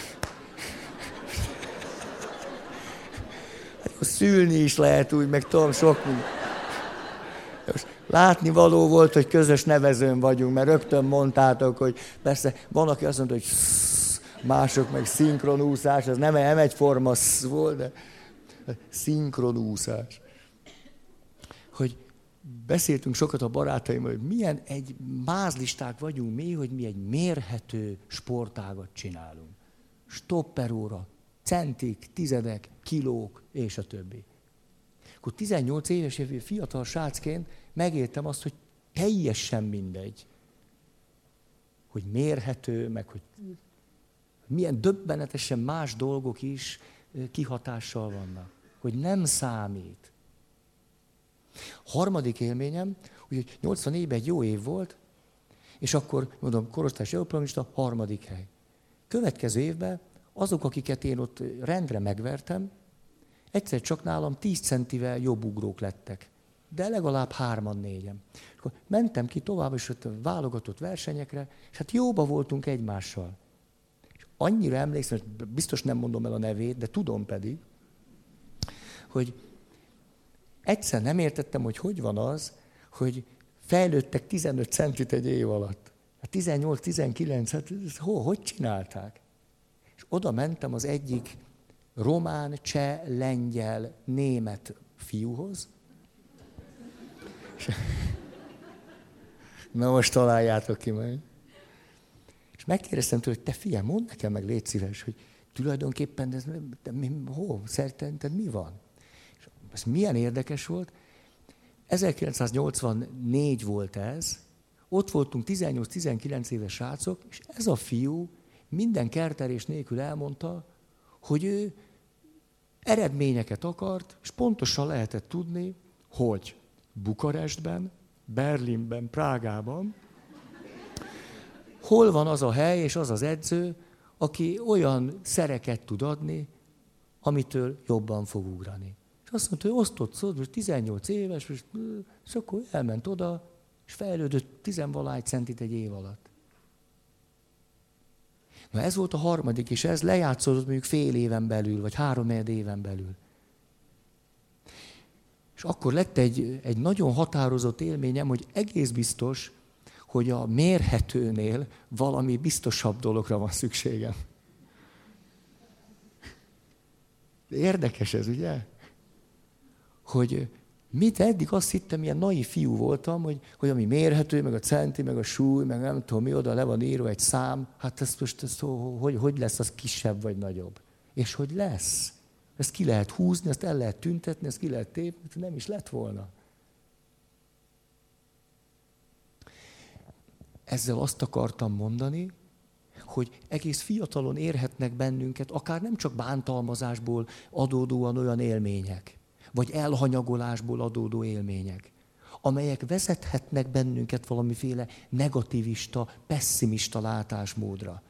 Szülni is lehet úgy, meg tudom, sok minden. Látni való volt, hogy közös nevezőn vagyunk, mert rögtön mondtátok, hogy persze van, aki azt mondta, hogy mások meg szinkronúszás, ez nem egyforma volt, de szinkronúszás. Hogy beszéltünk sokat a barátaimmal, hogy milyen egy mázlisták vagyunk mi, hogy mi egy mérhető sportágat csinálunk. Stopperóra, centik, tizedek, kilók, és a többi. Akkor 18 éves fiatal srácként megéltem azt, hogy teljesen mindegy, hogy mérhető, meg hogy milyen döbbenetesen más dolgok is kihatással vannak. Hogy nem számít. Harmadik élményem, hogy 84-ben egy jó év volt, és akkor, mondom, korosztályos európalonista, 3. hely. Következő évben azok, akiket én ott rendre megvertem, egyszer csak nálam 10 centivel jobb ugrók lettek. De legalább 3-4. Akkor mentem ki tovább, és ott válogatott versenyekre, és hát jóba voltunk egymással. És annyira emlékszem, hogy biztos nem mondom el a nevét, de tudom pedig, hogy egyszer nem értettem, hogy van az, hogy fejlődtek 15 centit egy év alatt. 18-19, hát hogy csinálták? És oda mentem az egyik román, cseh, lengyel, német fiúhoz. Na most találjátok ki meg. És megkérdeztem tőle, hogy te fiam, mondd nekem meg, légy szíves, hogy tulajdonképpen szerinted mi van? És ez milyen érdekes volt. 1984 volt ez, ott voltunk 18-19 éves srácok, és ez a fiú minden kertelés nélkül elmondta, hogy ő eredményeket akart, és pontosan lehetett tudni, hogy Bukarestben, Berlinben, Prágában, hol van az a hely és az az edző, aki olyan szereket tud adni, amitől jobban fog ugrani. És azt mondta, hogy osztott szó, most 18 éves, és akkor elment oda, és fejlődött 10-valahány centit egy év alatt. Na ez volt a harmadik, és ez lejátszódott mondjuk fél éven belül, vagy 3 éven belül. És akkor lett egy nagyon határozott élményem, hogy egész biztos, hogy a mérhetőnél valami biztosabb dologra van szükségem. Érdekes ez, ugye? Hogy mit eddig azt hittem, ilyen naív fiú voltam, hogy ami mérhető, meg a centi, meg a súly, meg nem tudom mi, oda le van írva egy szám, hát ez most hogy lesz az kisebb vagy nagyobb? És hogy lesz? Ezt ki lehet húzni, ezt el lehet tüntetni, ezt ki lehet tépni, nem is lett volna. Ezzel azt akartam mondani, hogy egész fiatalon érhetnek bennünket, akár nem csak bántalmazásból adódóan olyan élmények, vagy elhanyagolásból adódó élmények, amelyek vezethetnek bennünket valamiféle negativista, pesszimista látásmódra.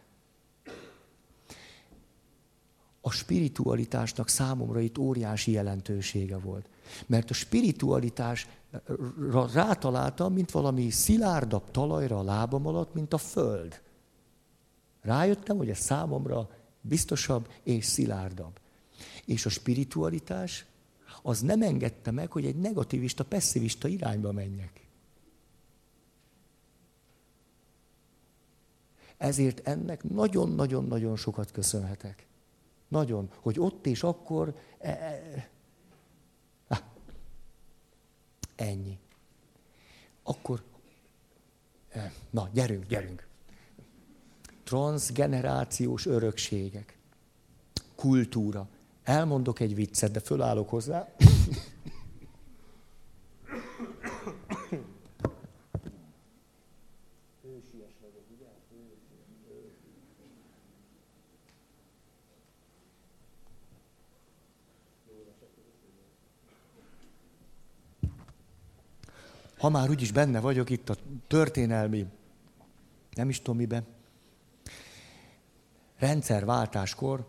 A spiritualitásnak számomra itt óriási jelentősége volt. Mert a spiritualitásra rátaláltam, mint valami szilárdabb talajra a lábam alatt, mint a föld. Rájöttem, hogy ez számomra biztosabb és szilárdabb. És a spiritualitás az nem engedte meg, hogy egy negativista, pesszivista irányba menjek. Ezért ennek nagyon-nagyon-nagyon sokat köszönhetek. Nagyon, hogy ott és akkor... Ennyi. Akkor... Na, gyerünk. Transzgenerációs örökségek. Kultúra. Elmondok egy viccet, de fölállok hozzá. Ősies vagyok, ugye? Ha már úgyis benne vagyok itt a történelmi, nem is tudom miben, rendszerváltáskor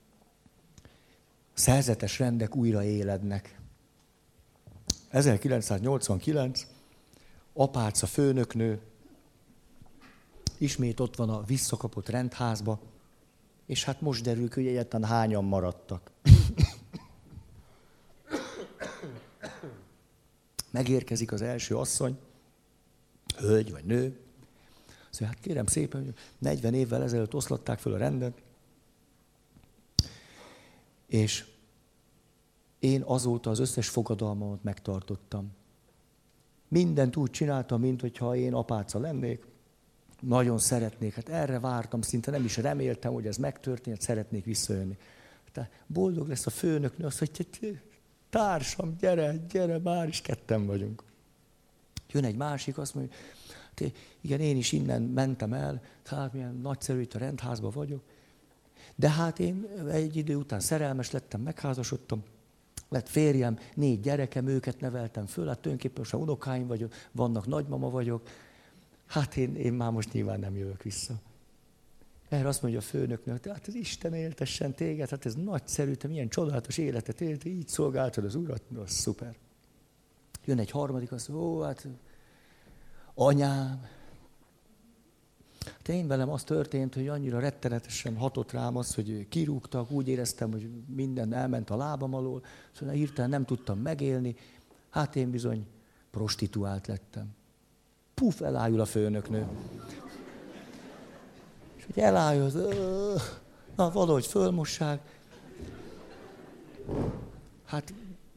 szerzetes rendek újra élednek. 1989, apáca főnöknő, ismét ott van a visszakapott rendházba, és hát most derül ki, hogy egyáltalán hányan maradtak. Megérkezik az első asszony, hölgy vagy nő, azt mondja, hát kérem szépen, hogy 40 évvel ezelőtt oszlatták föl a rendet, és én azóta az összes fogadalmamat megtartottam. Mindent úgy csináltam, mint hogyha én apáca lennék. Nagyon szeretnék, hát erre vártam, szinte nem is reméltem, hogy ez megtörténhet, szeretnék visszajönni. Tehát boldog lesz a főnöknő, azt mondja, társam, gyere, már is ketten vagyunk. Jön egy másik, azt mondja, igen, én is innen mentem el, hát milyen nagyszerű, itt a rendházban vagyok. De hát én egy idő után szerelmes lettem, megházasodtam, lett férjem, 4 gyerekem, őket neveltem föl, hát tulajdonképpen most unokáim vagyok, vannak, nagymama vagyok, hát én már most nyilván nem jövök vissza. Erre azt mondja a főnöknő, hát az Isten éltessen téged, hát ez nagyszerű, te milyen csodálatos életet éltél, így szolgáltad az Urat, az szuper. Jön egy harmadik, azt mondja, hát anyám, hát én velem az történt, hogy annyira rettenetesen hatott rám az, hogy kirúgtak, úgy éreztem, hogy minden elment a lábam alól, szóval hirtelen nem tudtam megélni, hát én bizony prostituált lettem. Puf, elájul a főnöknő. És hogy elájul, na valahogy fölmossák. Hát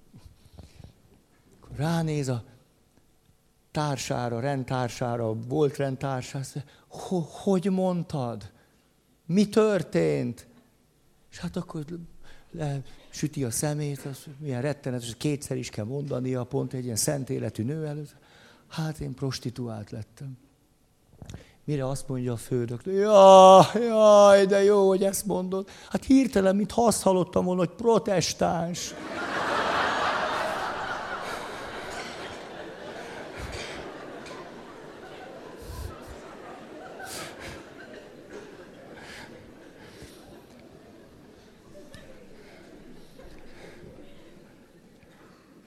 ránéz a társára, rendtársára, volt rendtársára, hogy mondtad? Mi történt? És hát akkor süti a szemét, az milyen rettenetes, 2-szer is kell mondania, pont egy ilyen szent életű nő előtt. Hát én prostituált lettem. Mire azt mondja a főnöknő, jaj, de jó, hogy ezt mondod. Hát hirtelen, mintha azt hallottam volna, hogy protestáns.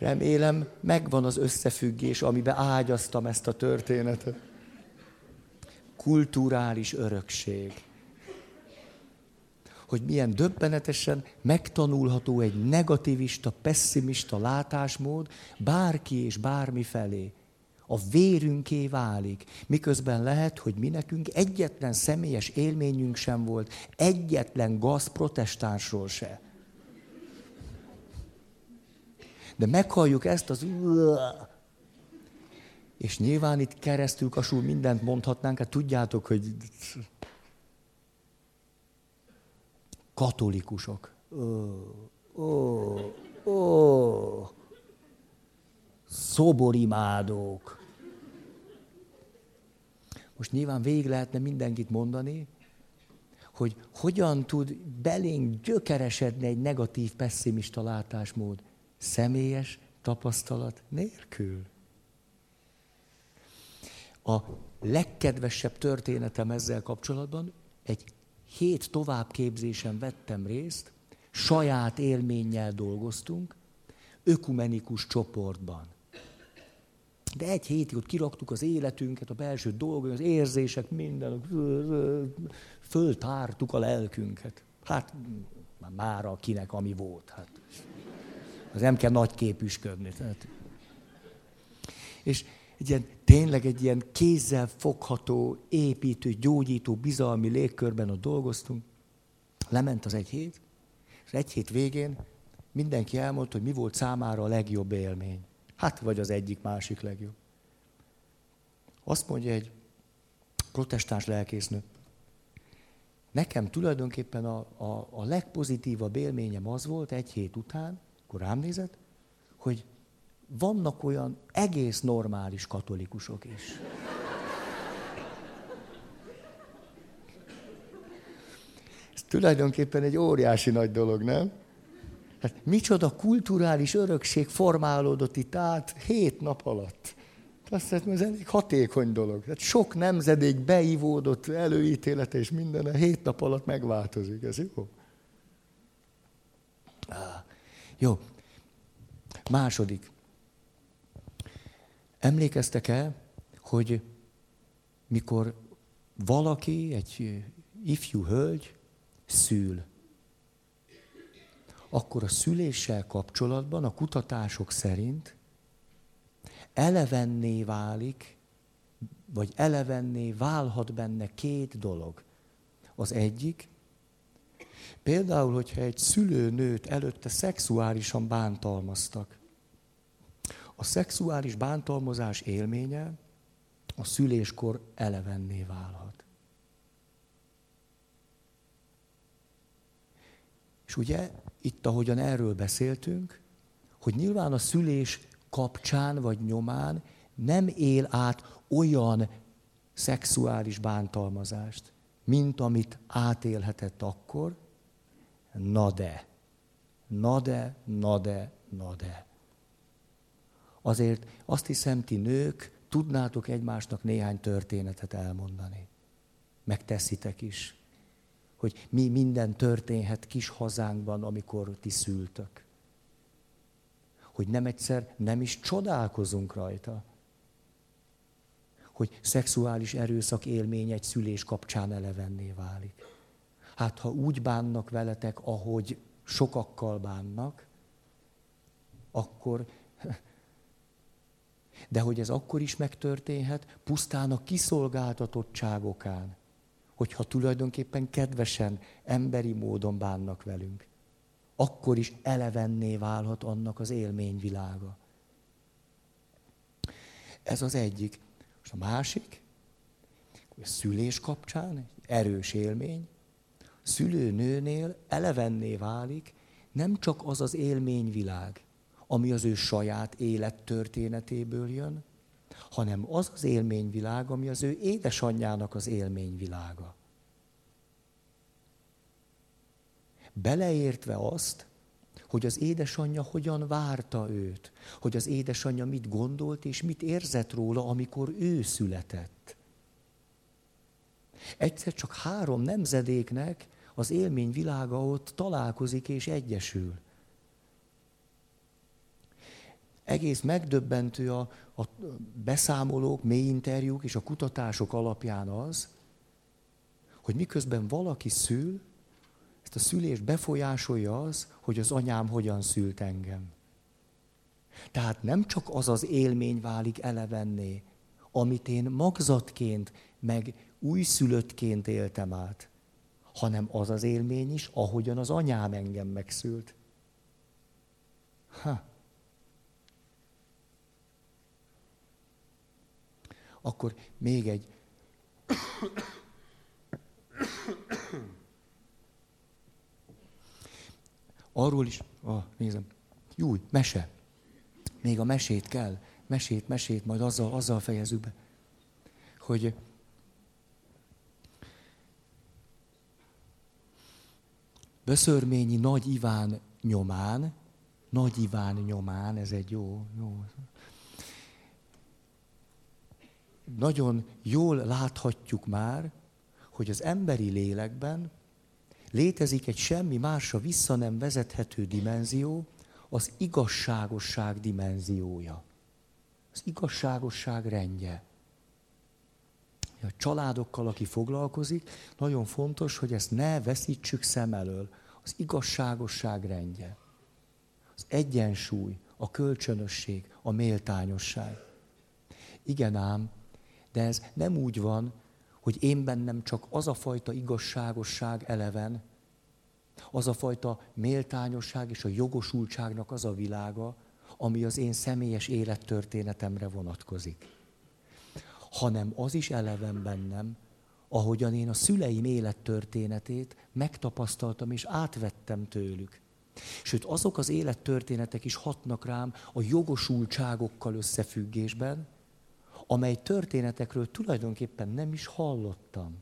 Remélem, megvan az összefüggés, amiben ágyaztam ezt a történetet. Kulturális örökség. Hogy milyen döbbenetesen megtanulható egy negativista, pesszimista látásmód bárki és bármi felé. A vérünké válik, miközben lehet, hogy mi nekünk egyetlen személyes élményünk sem volt, egyetlen gaz protestánsról se. De meghalljuk ezt az... És nyilván itt keresztül kasul mindent mondhatnánk, hát tudjátok, hogy katolikusok. Szoborimádók. Most nyilván végig lehetne mindenkit mondani, hogy hogyan tud belénk gyökeresedni egy negatív, pesszimista látásmód. Személyes tapasztalat nélkül. A legkedvesebb történetem ezzel kapcsolatban, egy 7 továbbképzésen vettem részt, saját élménnyel dolgoztunk, ökumenikus csoportban. De egy hétig ott kiraktuk az életünket, a belső dolgok, az érzések, minden, föltártuk a lelkünket. Hát már akinek ami volt. Hát. Az nem kell nagy képüsködni. Tehát. És tényleg egy ilyen kézzel fogható, építő, gyógyító, bizalmi légkörben ott dolgoztunk. Lement az egy hét, és egy hét végén mindenki elmondta, hogy mi volt számára a legjobb élmény. Hát, vagy az egyik, másik legjobb. Azt mondja egy protestáns lelkésznő, nekem tulajdonképpen a legpozitívabb élményem az volt egy hét után, akkor rám nézett, hogy vannak olyan egész normális katolikusok is. Ez tulajdonképpen egy óriási nagy dolog, nem? Hát micsoda kulturális örökség formálódott itt át 7 nap alatt. Azt hiszem, ez elég hatékony dolog. Hát sok nemzedék beivódott előítélete és minden a 7 nap alatt megváltozik. Ez jó? Jó. Második. Emlékeztek el, hogy mikor valaki, egy ifjú hölgy szül, akkor a szüléssel kapcsolatban a kutatások szerint elevenné válik, vagy elevenné válhat benne 2 dolog. Az egyik, például, hogyha egy szülőnőt előtte szexuálisan bántalmaztak, a szexuális bántalmazás élménye a szüléskor elevenné válhat. És ugye, itt ahogyan erről beszéltünk, hogy nyilván a szülés kapcsán vagy nyomán nem él át olyan szexuális bántalmazást, mint amit átélhetett akkor. Na de. Azért azt hiszem, ti nők tudnátok egymásnak néhány történetet elmondani. Megteszitek is, hogy mi minden történhet kis hazánkban, amikor ti szültök. Hogy nem egyszer nem is csodálkozunk rajta. Hogy szexuális erőszak élmény egy szülés kapcsán elevenné válik. Hát ha úgy bánnak veletek, ahogy sokakkal bánnak, akkor... De hogy ez akkor is megtörténhet, pusztán a kiszolgáltatottság okán. Hogyha tulajdonképpen kedvesen, emberi módon bánnak velünk. Akkor is elevenné válhat annak az élményvilága. Ez az egyik. Most a másik, a szülés kapcsán, egy erős élmény, a szülőnőnél elevenné válik nem csak az az élményvilág, ami az ő saját élettörténetéből jön, hanem az az élményvilág, ami az ő édesanyjának az élményvilága. Beleértve azt, hogy az édesanyja hogyan várta őt, hogy az édesanyja mit gondolt és mit érzett róla, amikor ő született. Egyszer csak 3 nemzedéknek az élményvilága ott találkozik és egyesül. egész megdöbbentő a beszámolók, mély interjúk és a kutatások alapján az, hogy miközben valaki szül, ezt a szülést befolyásolja az, hogy az anyám hogyan szült engem. Tehát nem csak az az élmény válik elevenné, amit én magzatként, meg újszülöttként éltem át, hanem az az élmény is, ahogyan az anyám engem megszült. Akkor még egy... Arról is... nézem. Júj, mese. Még a mesét kell. Mesét, majd azzal fejezzük be. Hogy... Böszörményi Nagy Iván nyomán, ez egy jó. Nagyon jól láthatjuk már, hogy az emberi lélekben létezik egy semmi másra vissza nem vezethető dimenzió, az igazságosság dimenziója. Az igazságosság rendje. A családokkal, aki foglalkozik, nagyon fontos, hogy ezt ne veszítsük szem elől. Az igazságosság rendje. Az egyensúly, a kölcsönösség, a méltányosság. Igen ám, de ez nem úgy van, hogy én bennem csak az a fajta igazságosság eleven, az a fajta méltányosság és a jogosultságnak az a világa, ami az én személyes élettörténetemre vonatkozik. Hanem az is eleven bennem, ahogyan én a szüleim élettörténetét megtapasztaltam és átvettem tőlük. Sőt, azok az élettörténetek is hatnak rám a jogosultságokkal összefüggésben, amely történetekről tulajdonképpen nem is hallottam.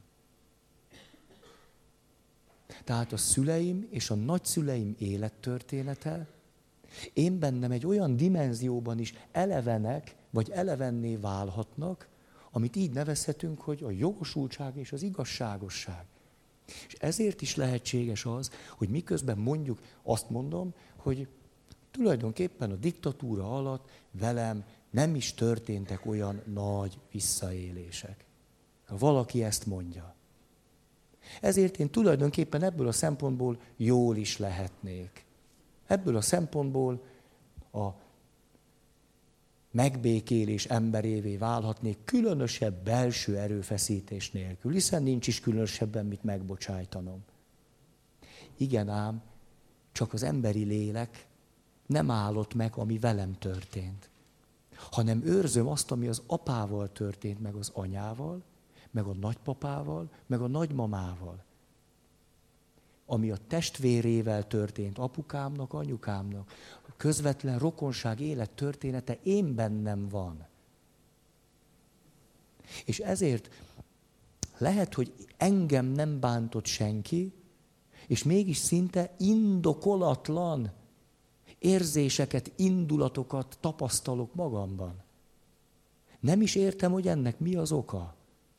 Tehát a szüleim és a nagyszüleim élettörténete én bennem egy olyan dimenzióban is elevenek, vagy elevenné válhatnak, amit így nevezhetünk, hogy a jogosultság és az igazságosság. És ezért is lehetséges az, hogy miközben mondjuk azt mondom, hogy tulajdonképpen a diktatúra alatt velem nem is történtek olyan nagy visszaélések. Ha valaki ezt mondja. Ezért én tulajdonképpen ebből a szempontból jól is lehetnék. Ebből a szempontból a megbékélés emberévé válhatnék különösebb belső erőfeszítés nélkül, hiszen nincs is különösebben mit megbocsájtanom. Igen ám, csak az emberi lélek nem állott meg, ami velem történt, hanem őrzöm azt, ami az apával történt, meg az anyával, meg a nagypapával, meg a nagymamával. Ami a testvérével történt, apukámnak, anyukámnak, a közvetlen rokonság élettörténete én bennem van. És ezért lehet, hogy engem nem bántott senki, és mégis szinte indokolatlan érzéseket, indulatokat tapasztalok magamban. Nem is értem, hogy ennek mi az oka.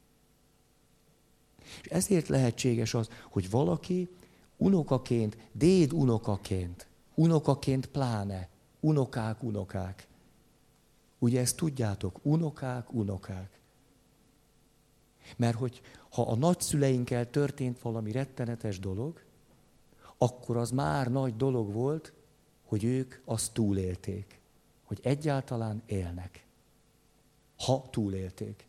És ezért lehetséges az, hogy valaki unokaként, déd unokaként pláne, unokák. Ugye ezt tudjátok, unokák. Mert hogy ha a nagyszüleinkkel történt valami rettenetes dolog, akkor az már nagy dolog volt, hogy ők azt túlélték. Hogy egyáltalán élnek. Ha túlélték.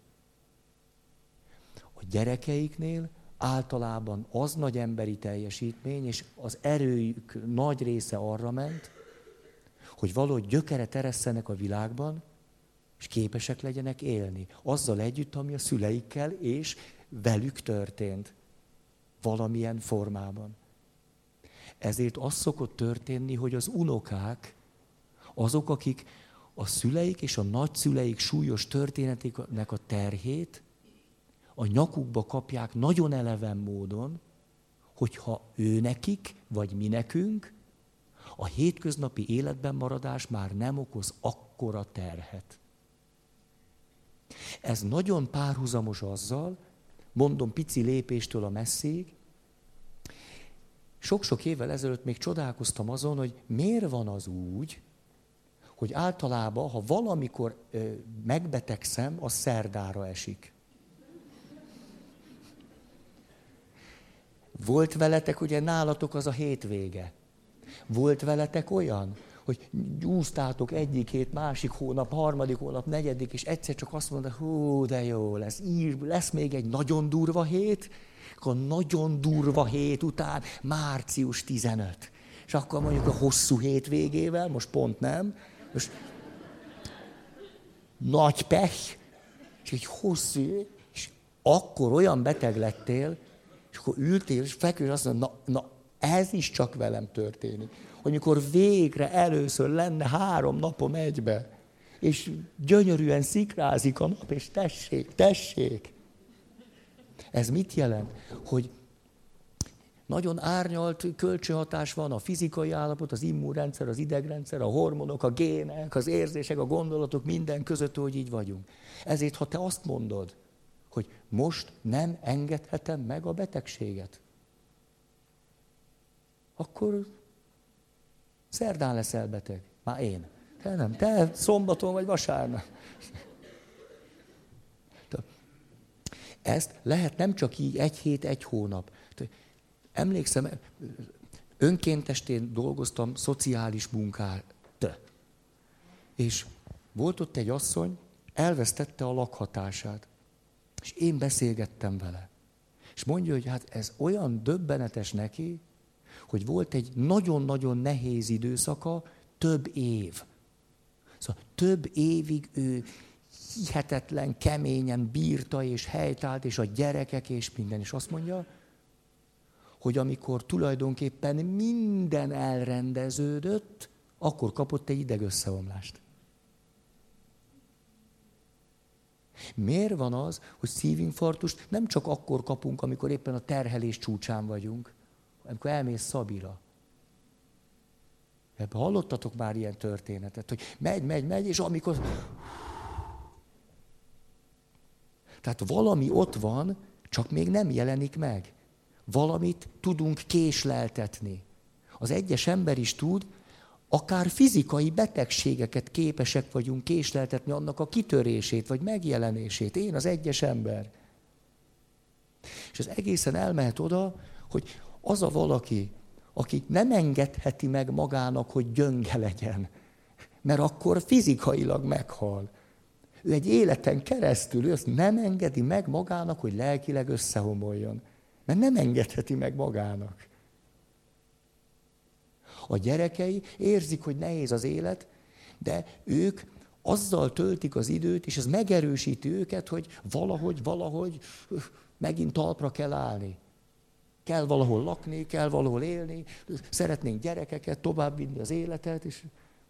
A gyerekeiknél általában az nagy emberi teljesítmény, és az erőjük nagy része arra ment, hogy valahogy gyökeret eresszenek a világban, és képesek legyenek élni. Azzal együtt, ami a szüleikkel és velük történt. Valamilyen formában. Ezért az szokott történni, hogy az unokák, azok, akik a szüleik és a nagyszüleik súlyos történetének a terhét a nyakukba kapják nagyon eleven módon, hogyha ő nekik, vagy mi nekünk, a hétköznapi életben maradás már nem okoz akkora terhet. Ez nagyon párhuzamos azzal, mondom pici lépéstől a messzig, sok-sok évvel ezelőtt még csodálkoztam azon, hogy miért van az úgy, hogy általában, ha valamikor megbetegszem, az szerdára esik. Volt veletek, ugye nálatok az a hétvége. Volt veletek olyan, hogy úsztátok egyik hét, másik hónap, harmadik hónap, negyedik, és egyszer csak azt mondod, hú, de jó lesz, lesz még egy nagyon durva hét, akkor nagyon durva hét után március 15. És akkor mondjuk a hosszú hétvégével, most pont nem, most nagy pech, és egy hosszú, és akkor olyan beteg lettél, és akkor ültél, és feküdsz, azt mondod, na, ez is csak velem történik. Hogy mikor végre először lenne 3 napom egybe, és gyönyörűen szikrázik a nap, és tessék. Ez mit jelent? Hogy nagyon árnyalt kölcsönhatás van a fizikai állapot, az immunrendszer, az idegrendszer, a hormonok, a gének, az érzések, a gondolatok, minden között, hogy így vagyunk. Ezért, ha te azt mondod, hogy most nem engedhetem meg a betegséget, akkor szerdán leszel beteg. Már én. Te nem. Te szombaton vagy vasárnap. Ezt lehet nem csak így 1 hét, 1 hónap. Emlékszem, önkéntestén dolgoztam szociális munkát. És volt ott egy asszony, elvesztette a lakhatását. És én beszélgettem vele. És mondja, hogy hát ez olyan döbbenetes neki, hogy volt egy nagyon-nagyon nehéz időszaka, több év. Szóval több évig ő hihetetlen, keményen bírta és helytált, és a gyerekek és minden. És azt mondja, hogy amikor tulajdonképpen minden elrendeződött, akkor kapott egy idegösszeomlást. Miért van az, hogy szívinfarktust nem csak akkor kapunk, amikor éppen a terhelés csúcsán vagyunk, amikor elmész Szabira. Ebben hallottatok már ilyen történetet, hogy megy, és amikor... Tehát valami ott van, csak még nem jelenik meg. Valamit tudunk késleltetni. Az egyes ember is tud, akár fizikai betegségeket képesek vagyunk késleltetni, annak a kitörését, vagy megjelenését. Én az egyes ember. És ez egészen elmehet oda, hogy az a valaki, aki nem engedheti meg magának, hogy gyönge legyen, mert akkor fizikailag meghal. Ő egy életen keresztül, ő azt nem engedi meg magának, hogy lelkileg összehomoljon. Mert nem engedheti meg magának. A gyerekei érzik, hogy nehéz az élet, de ők azzal töltik az időt, és ez megerősíti őket, hogy valahogy megint talpra kell állni. Kell valahol lakni, kell valahol élni, szeretnénk gyerekeket, továbbvinni az életet. És...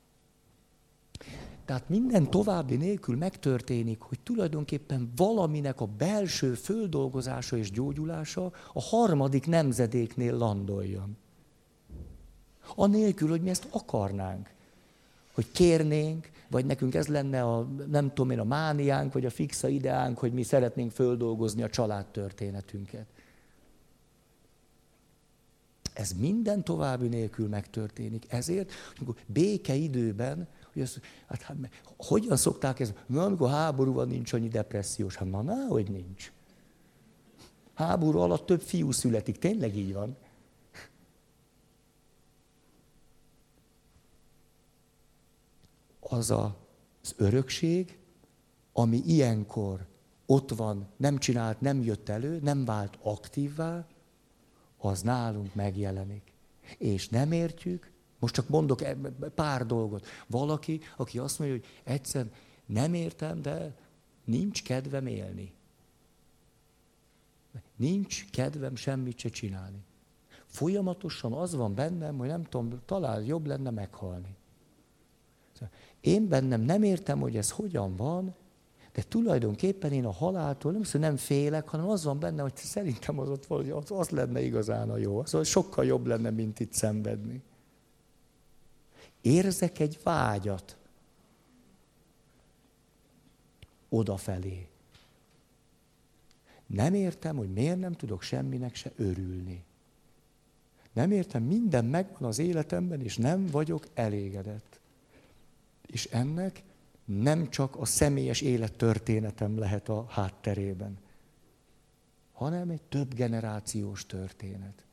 Tehát minden további nélkül megtörténik, hogy tulajdonképpen valaminek a belső földolgozása és gyógyulása a 3. nemzedéknél landoljon. Anélkül, hogy mi ezt akarnánk. Hogy kérnénk, vagy nekünk ez lenne a, nem tudom én, a mániánk, vagy a fixa ideánk, hogy mi szeretnénk földolgozni a családtörténetünket. Ez minden további nélkül megtörténik. Ezért, amikor békeidőben, hogy azt, hát, hogyan szokták ezt? Amikor háború van, nincs annyi depressziós. Hát hogy nincs. Háború alatt több fiú születik. Tényleg így van. Az örökség, ami ilyenkor ott van, nem csinált, nem jött elő, nem vált aktívvá, az nálunk megjelenik. És nem értjük, most csak mondok pár dolgot. Valaki, aki azt mondja, hogy egyszer nem értem, de nincs kedvem élni. Nincs kedvem semmit se csinálni. Folyamatosan az van bennem, hogy nem tudom, talán jobb lenne meghalni. Én bennem nem értem, hogy ez hogyan van, de tulajdonképpen én a haláltól nem félek, hanem az van benne, hogy szerintem az ott valahogy az lenne igazán a jó. Szóval sokkal jobb lenne, mint itt szenvedni. Érzek egy vágyat odafelé. Nem értem, hogy miért nem tudok semminek se örülni. Nem értem, minden megvan az életemben, és nem vagyok elégedett. És ennek nem csak a személyes élettörténetem lehet a hátterében, hanem egy több generációs történet.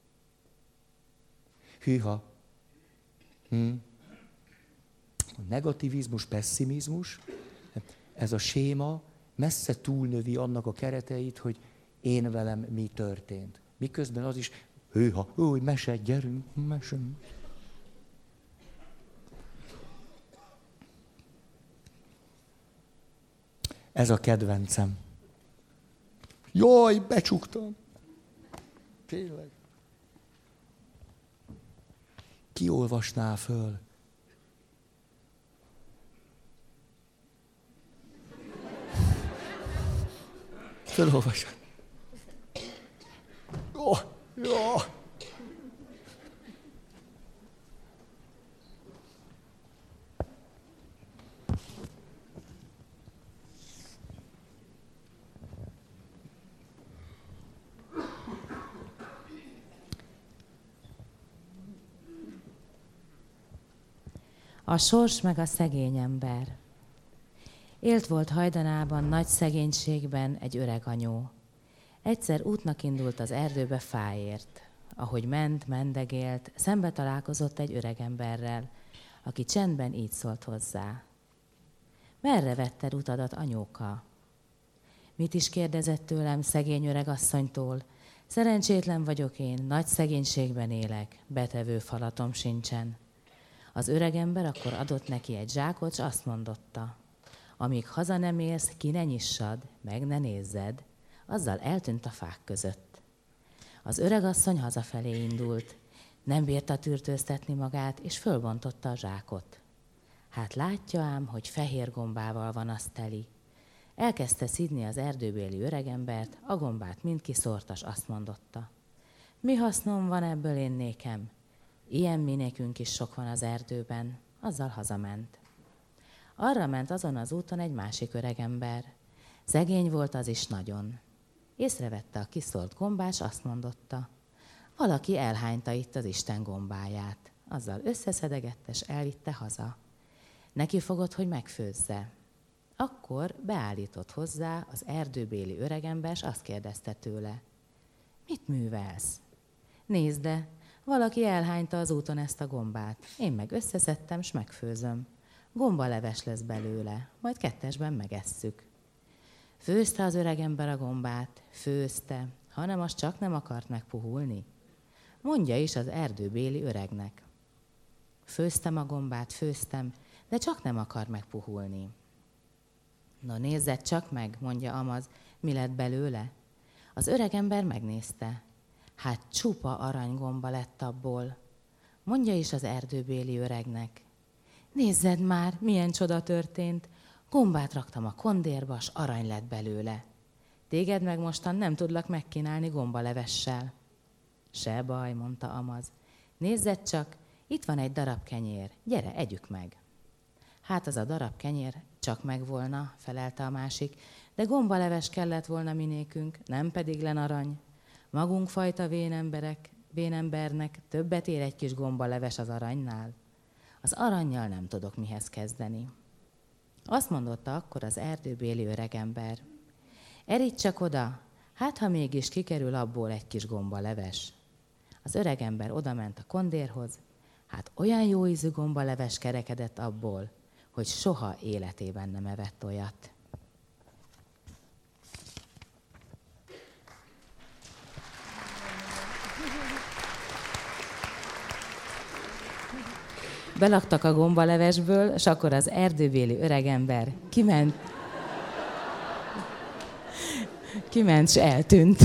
Hűha. A negativizmus, pesszimizmus, ez a séma messze túlnövi annak a kereteit, hogy én velem mi történt. Miközben az is, hűha, új, mese, gyerünk, mese. Ez a kedvencem. Jaj, becsuktam. Tényleg. Ki olvasná föl? Fölolvasom. Jó, jó. A sors meg a szegény ember. Élt volt hajdanában nagy szegénységben egy öreg anyó. Egyszer útnak indult az erdőbe fáért. Ahogy mendegélt, szembe találkozott egy öreg emberrel, aki csendben így szólt hozzá. Merre vetted utadat, anyóka? Mit is kérdezett tőlem szegény öreg asszonytól? Szerencsétlen vagyok én, nagy szegénységben élek, betevő falatom sincsen. Az öregember akkor adott neki egy zsákot, s azt mondotta, amíg haza nem érsz, ki ne nyissad, meg ne nézzed, azzal eltűnt a fák között. Az öregasszony hazafelé indult, nem bírta tűrtőztetni magát, és fölbontotta a zsákot. Hát látja ám, hogy fehér gombával van az teli. Elkezdte szidni az erdőbéli öregembert, a gombát mind kiszórta, s azt mondotta. Mi hasznom van ebből én nékem? Ilyen mi nekünk is sok van az erdőben. Azzal hazament. Arra ment azon az úton egy másik öregember. Szegény volt az is nagyon. Észrevette a kiszórt gombát, s azt mondotta. Valaki elhányta itt az Isten gombáját. Azzal összeszedegette, s elvitte haza. Neki fogott, hogy megfőzze. Akkor beállított hozzá az erdőbéli öregember, s azt kérdezte tőle. Mit művelsz? Nézd, de valaki elhányta az úton ezt a gombát. Én meg összeszedtem, s megfőzöm. Gombaleves lesz belőle, majd kettesben megesszük. Főzte az öregember a gombát, főzte, hanem az csak nem akart megpuhulni. Mondja is az erdőbéli öregnek. Főztem a gombát, főztem, de csak nem akar megpuhulni. No nézzed csak meg, mondja amaz, mi lett belőle. Az öregember megnézte. Hát csupa aranygomba lett abból. Mondja is az erdőbéli öregnek. Nézzed már, milyen csoda történt. Gombát raktam a kondérba, s arany lett belőle. Téged meg mostan nem tudlak megkínálni gombalevessel. Se baj, mondta amaz. Nézzed csak, itt van egy darab kenyér, gyere, együk meg. Hát az a darab kenyér csak megvolna, felelte a másik, de gombaleves kellett volna minékünk, nem pedig len arany. Magunk fajta vénembernek többet ér egy kis gombaleves az aranynál. Az arannyal nem tudok mihez kezdeni. Azt mondotta akkor az erdőbéli öregember. Eríts csak oda, hát ha mégis kikerül abból egy kis gombaleves. Az öregember odament a kondérhoz, hát olyan jó ízű gombaleves kerekedett abból, hogy soha életében nem evett olyat. Belaktak a gombalevesből, és akkor az erdőbéli öregember kiment, és eltűnt.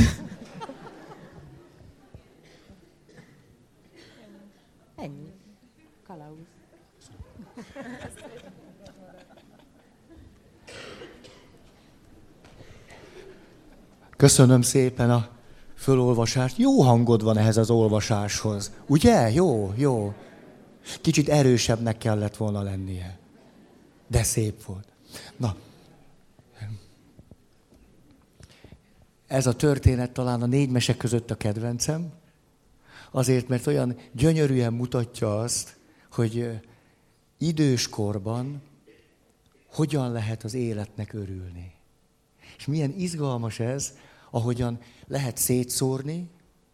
Ennyi. Kalauz. Köszönöm szépen a fölolvasást. Jó hangod van ehhez az olvasáshoz. Ugye? Jó, jó. Kicsit erősebbnek kellett volna lennie. De szép volt. Na, ez a történet talán a 4 mese között a kedvencem, azért, mert olyan gyönyörűen mutatja azt, hogy időskorban hogyan lehet az életnek örülni. És milyen izgalmas ez, ahogyan lehet szétszórni,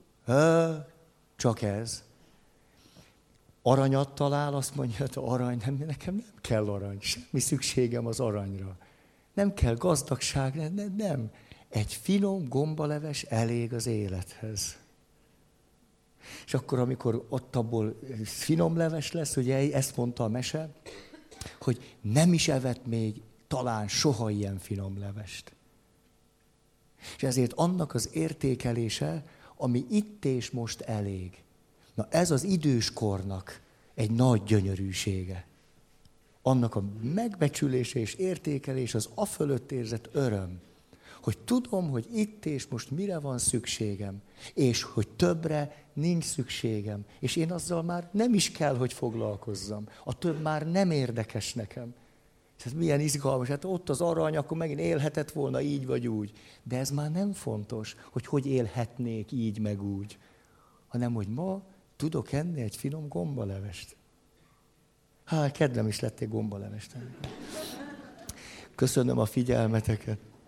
csak ez. Aranyat talál, azt mondja, hogy arany, nekem nem kell arany, semmi szükségem az aranyra. Nem kell gazdagság, nem. Egy finom gombaleves elég az élethez. És akkor, amikor ott abból finom leves lesz, ugye ezt mondta a mese, hogy nem is evett még talán soha ilyen finom levest. És ezért annak az értékelése, ami itt és most elég. Na ez az időskornak egy nagy gyönyörűsége. Annak a megbecsülése és értékelés az afölött érzett öröm, hogy tudom, hogy itt és most mire van szükségem, és hogy többre nincs szükségem, és én azzal már nem is kell, hogy foglalkozzam. A több már nem érdekes nekem. Ez milyen izgalmas, hát ott az arany, akkor megint élhetett volna így vagy úgy. De ez már nem fontos, hogy élhetnék így meg úgy, hanem hogy ma tudok enni egy finom gombalevest. Kedvem is lett egy gombalevest. Köszönöm a figyelmeteket.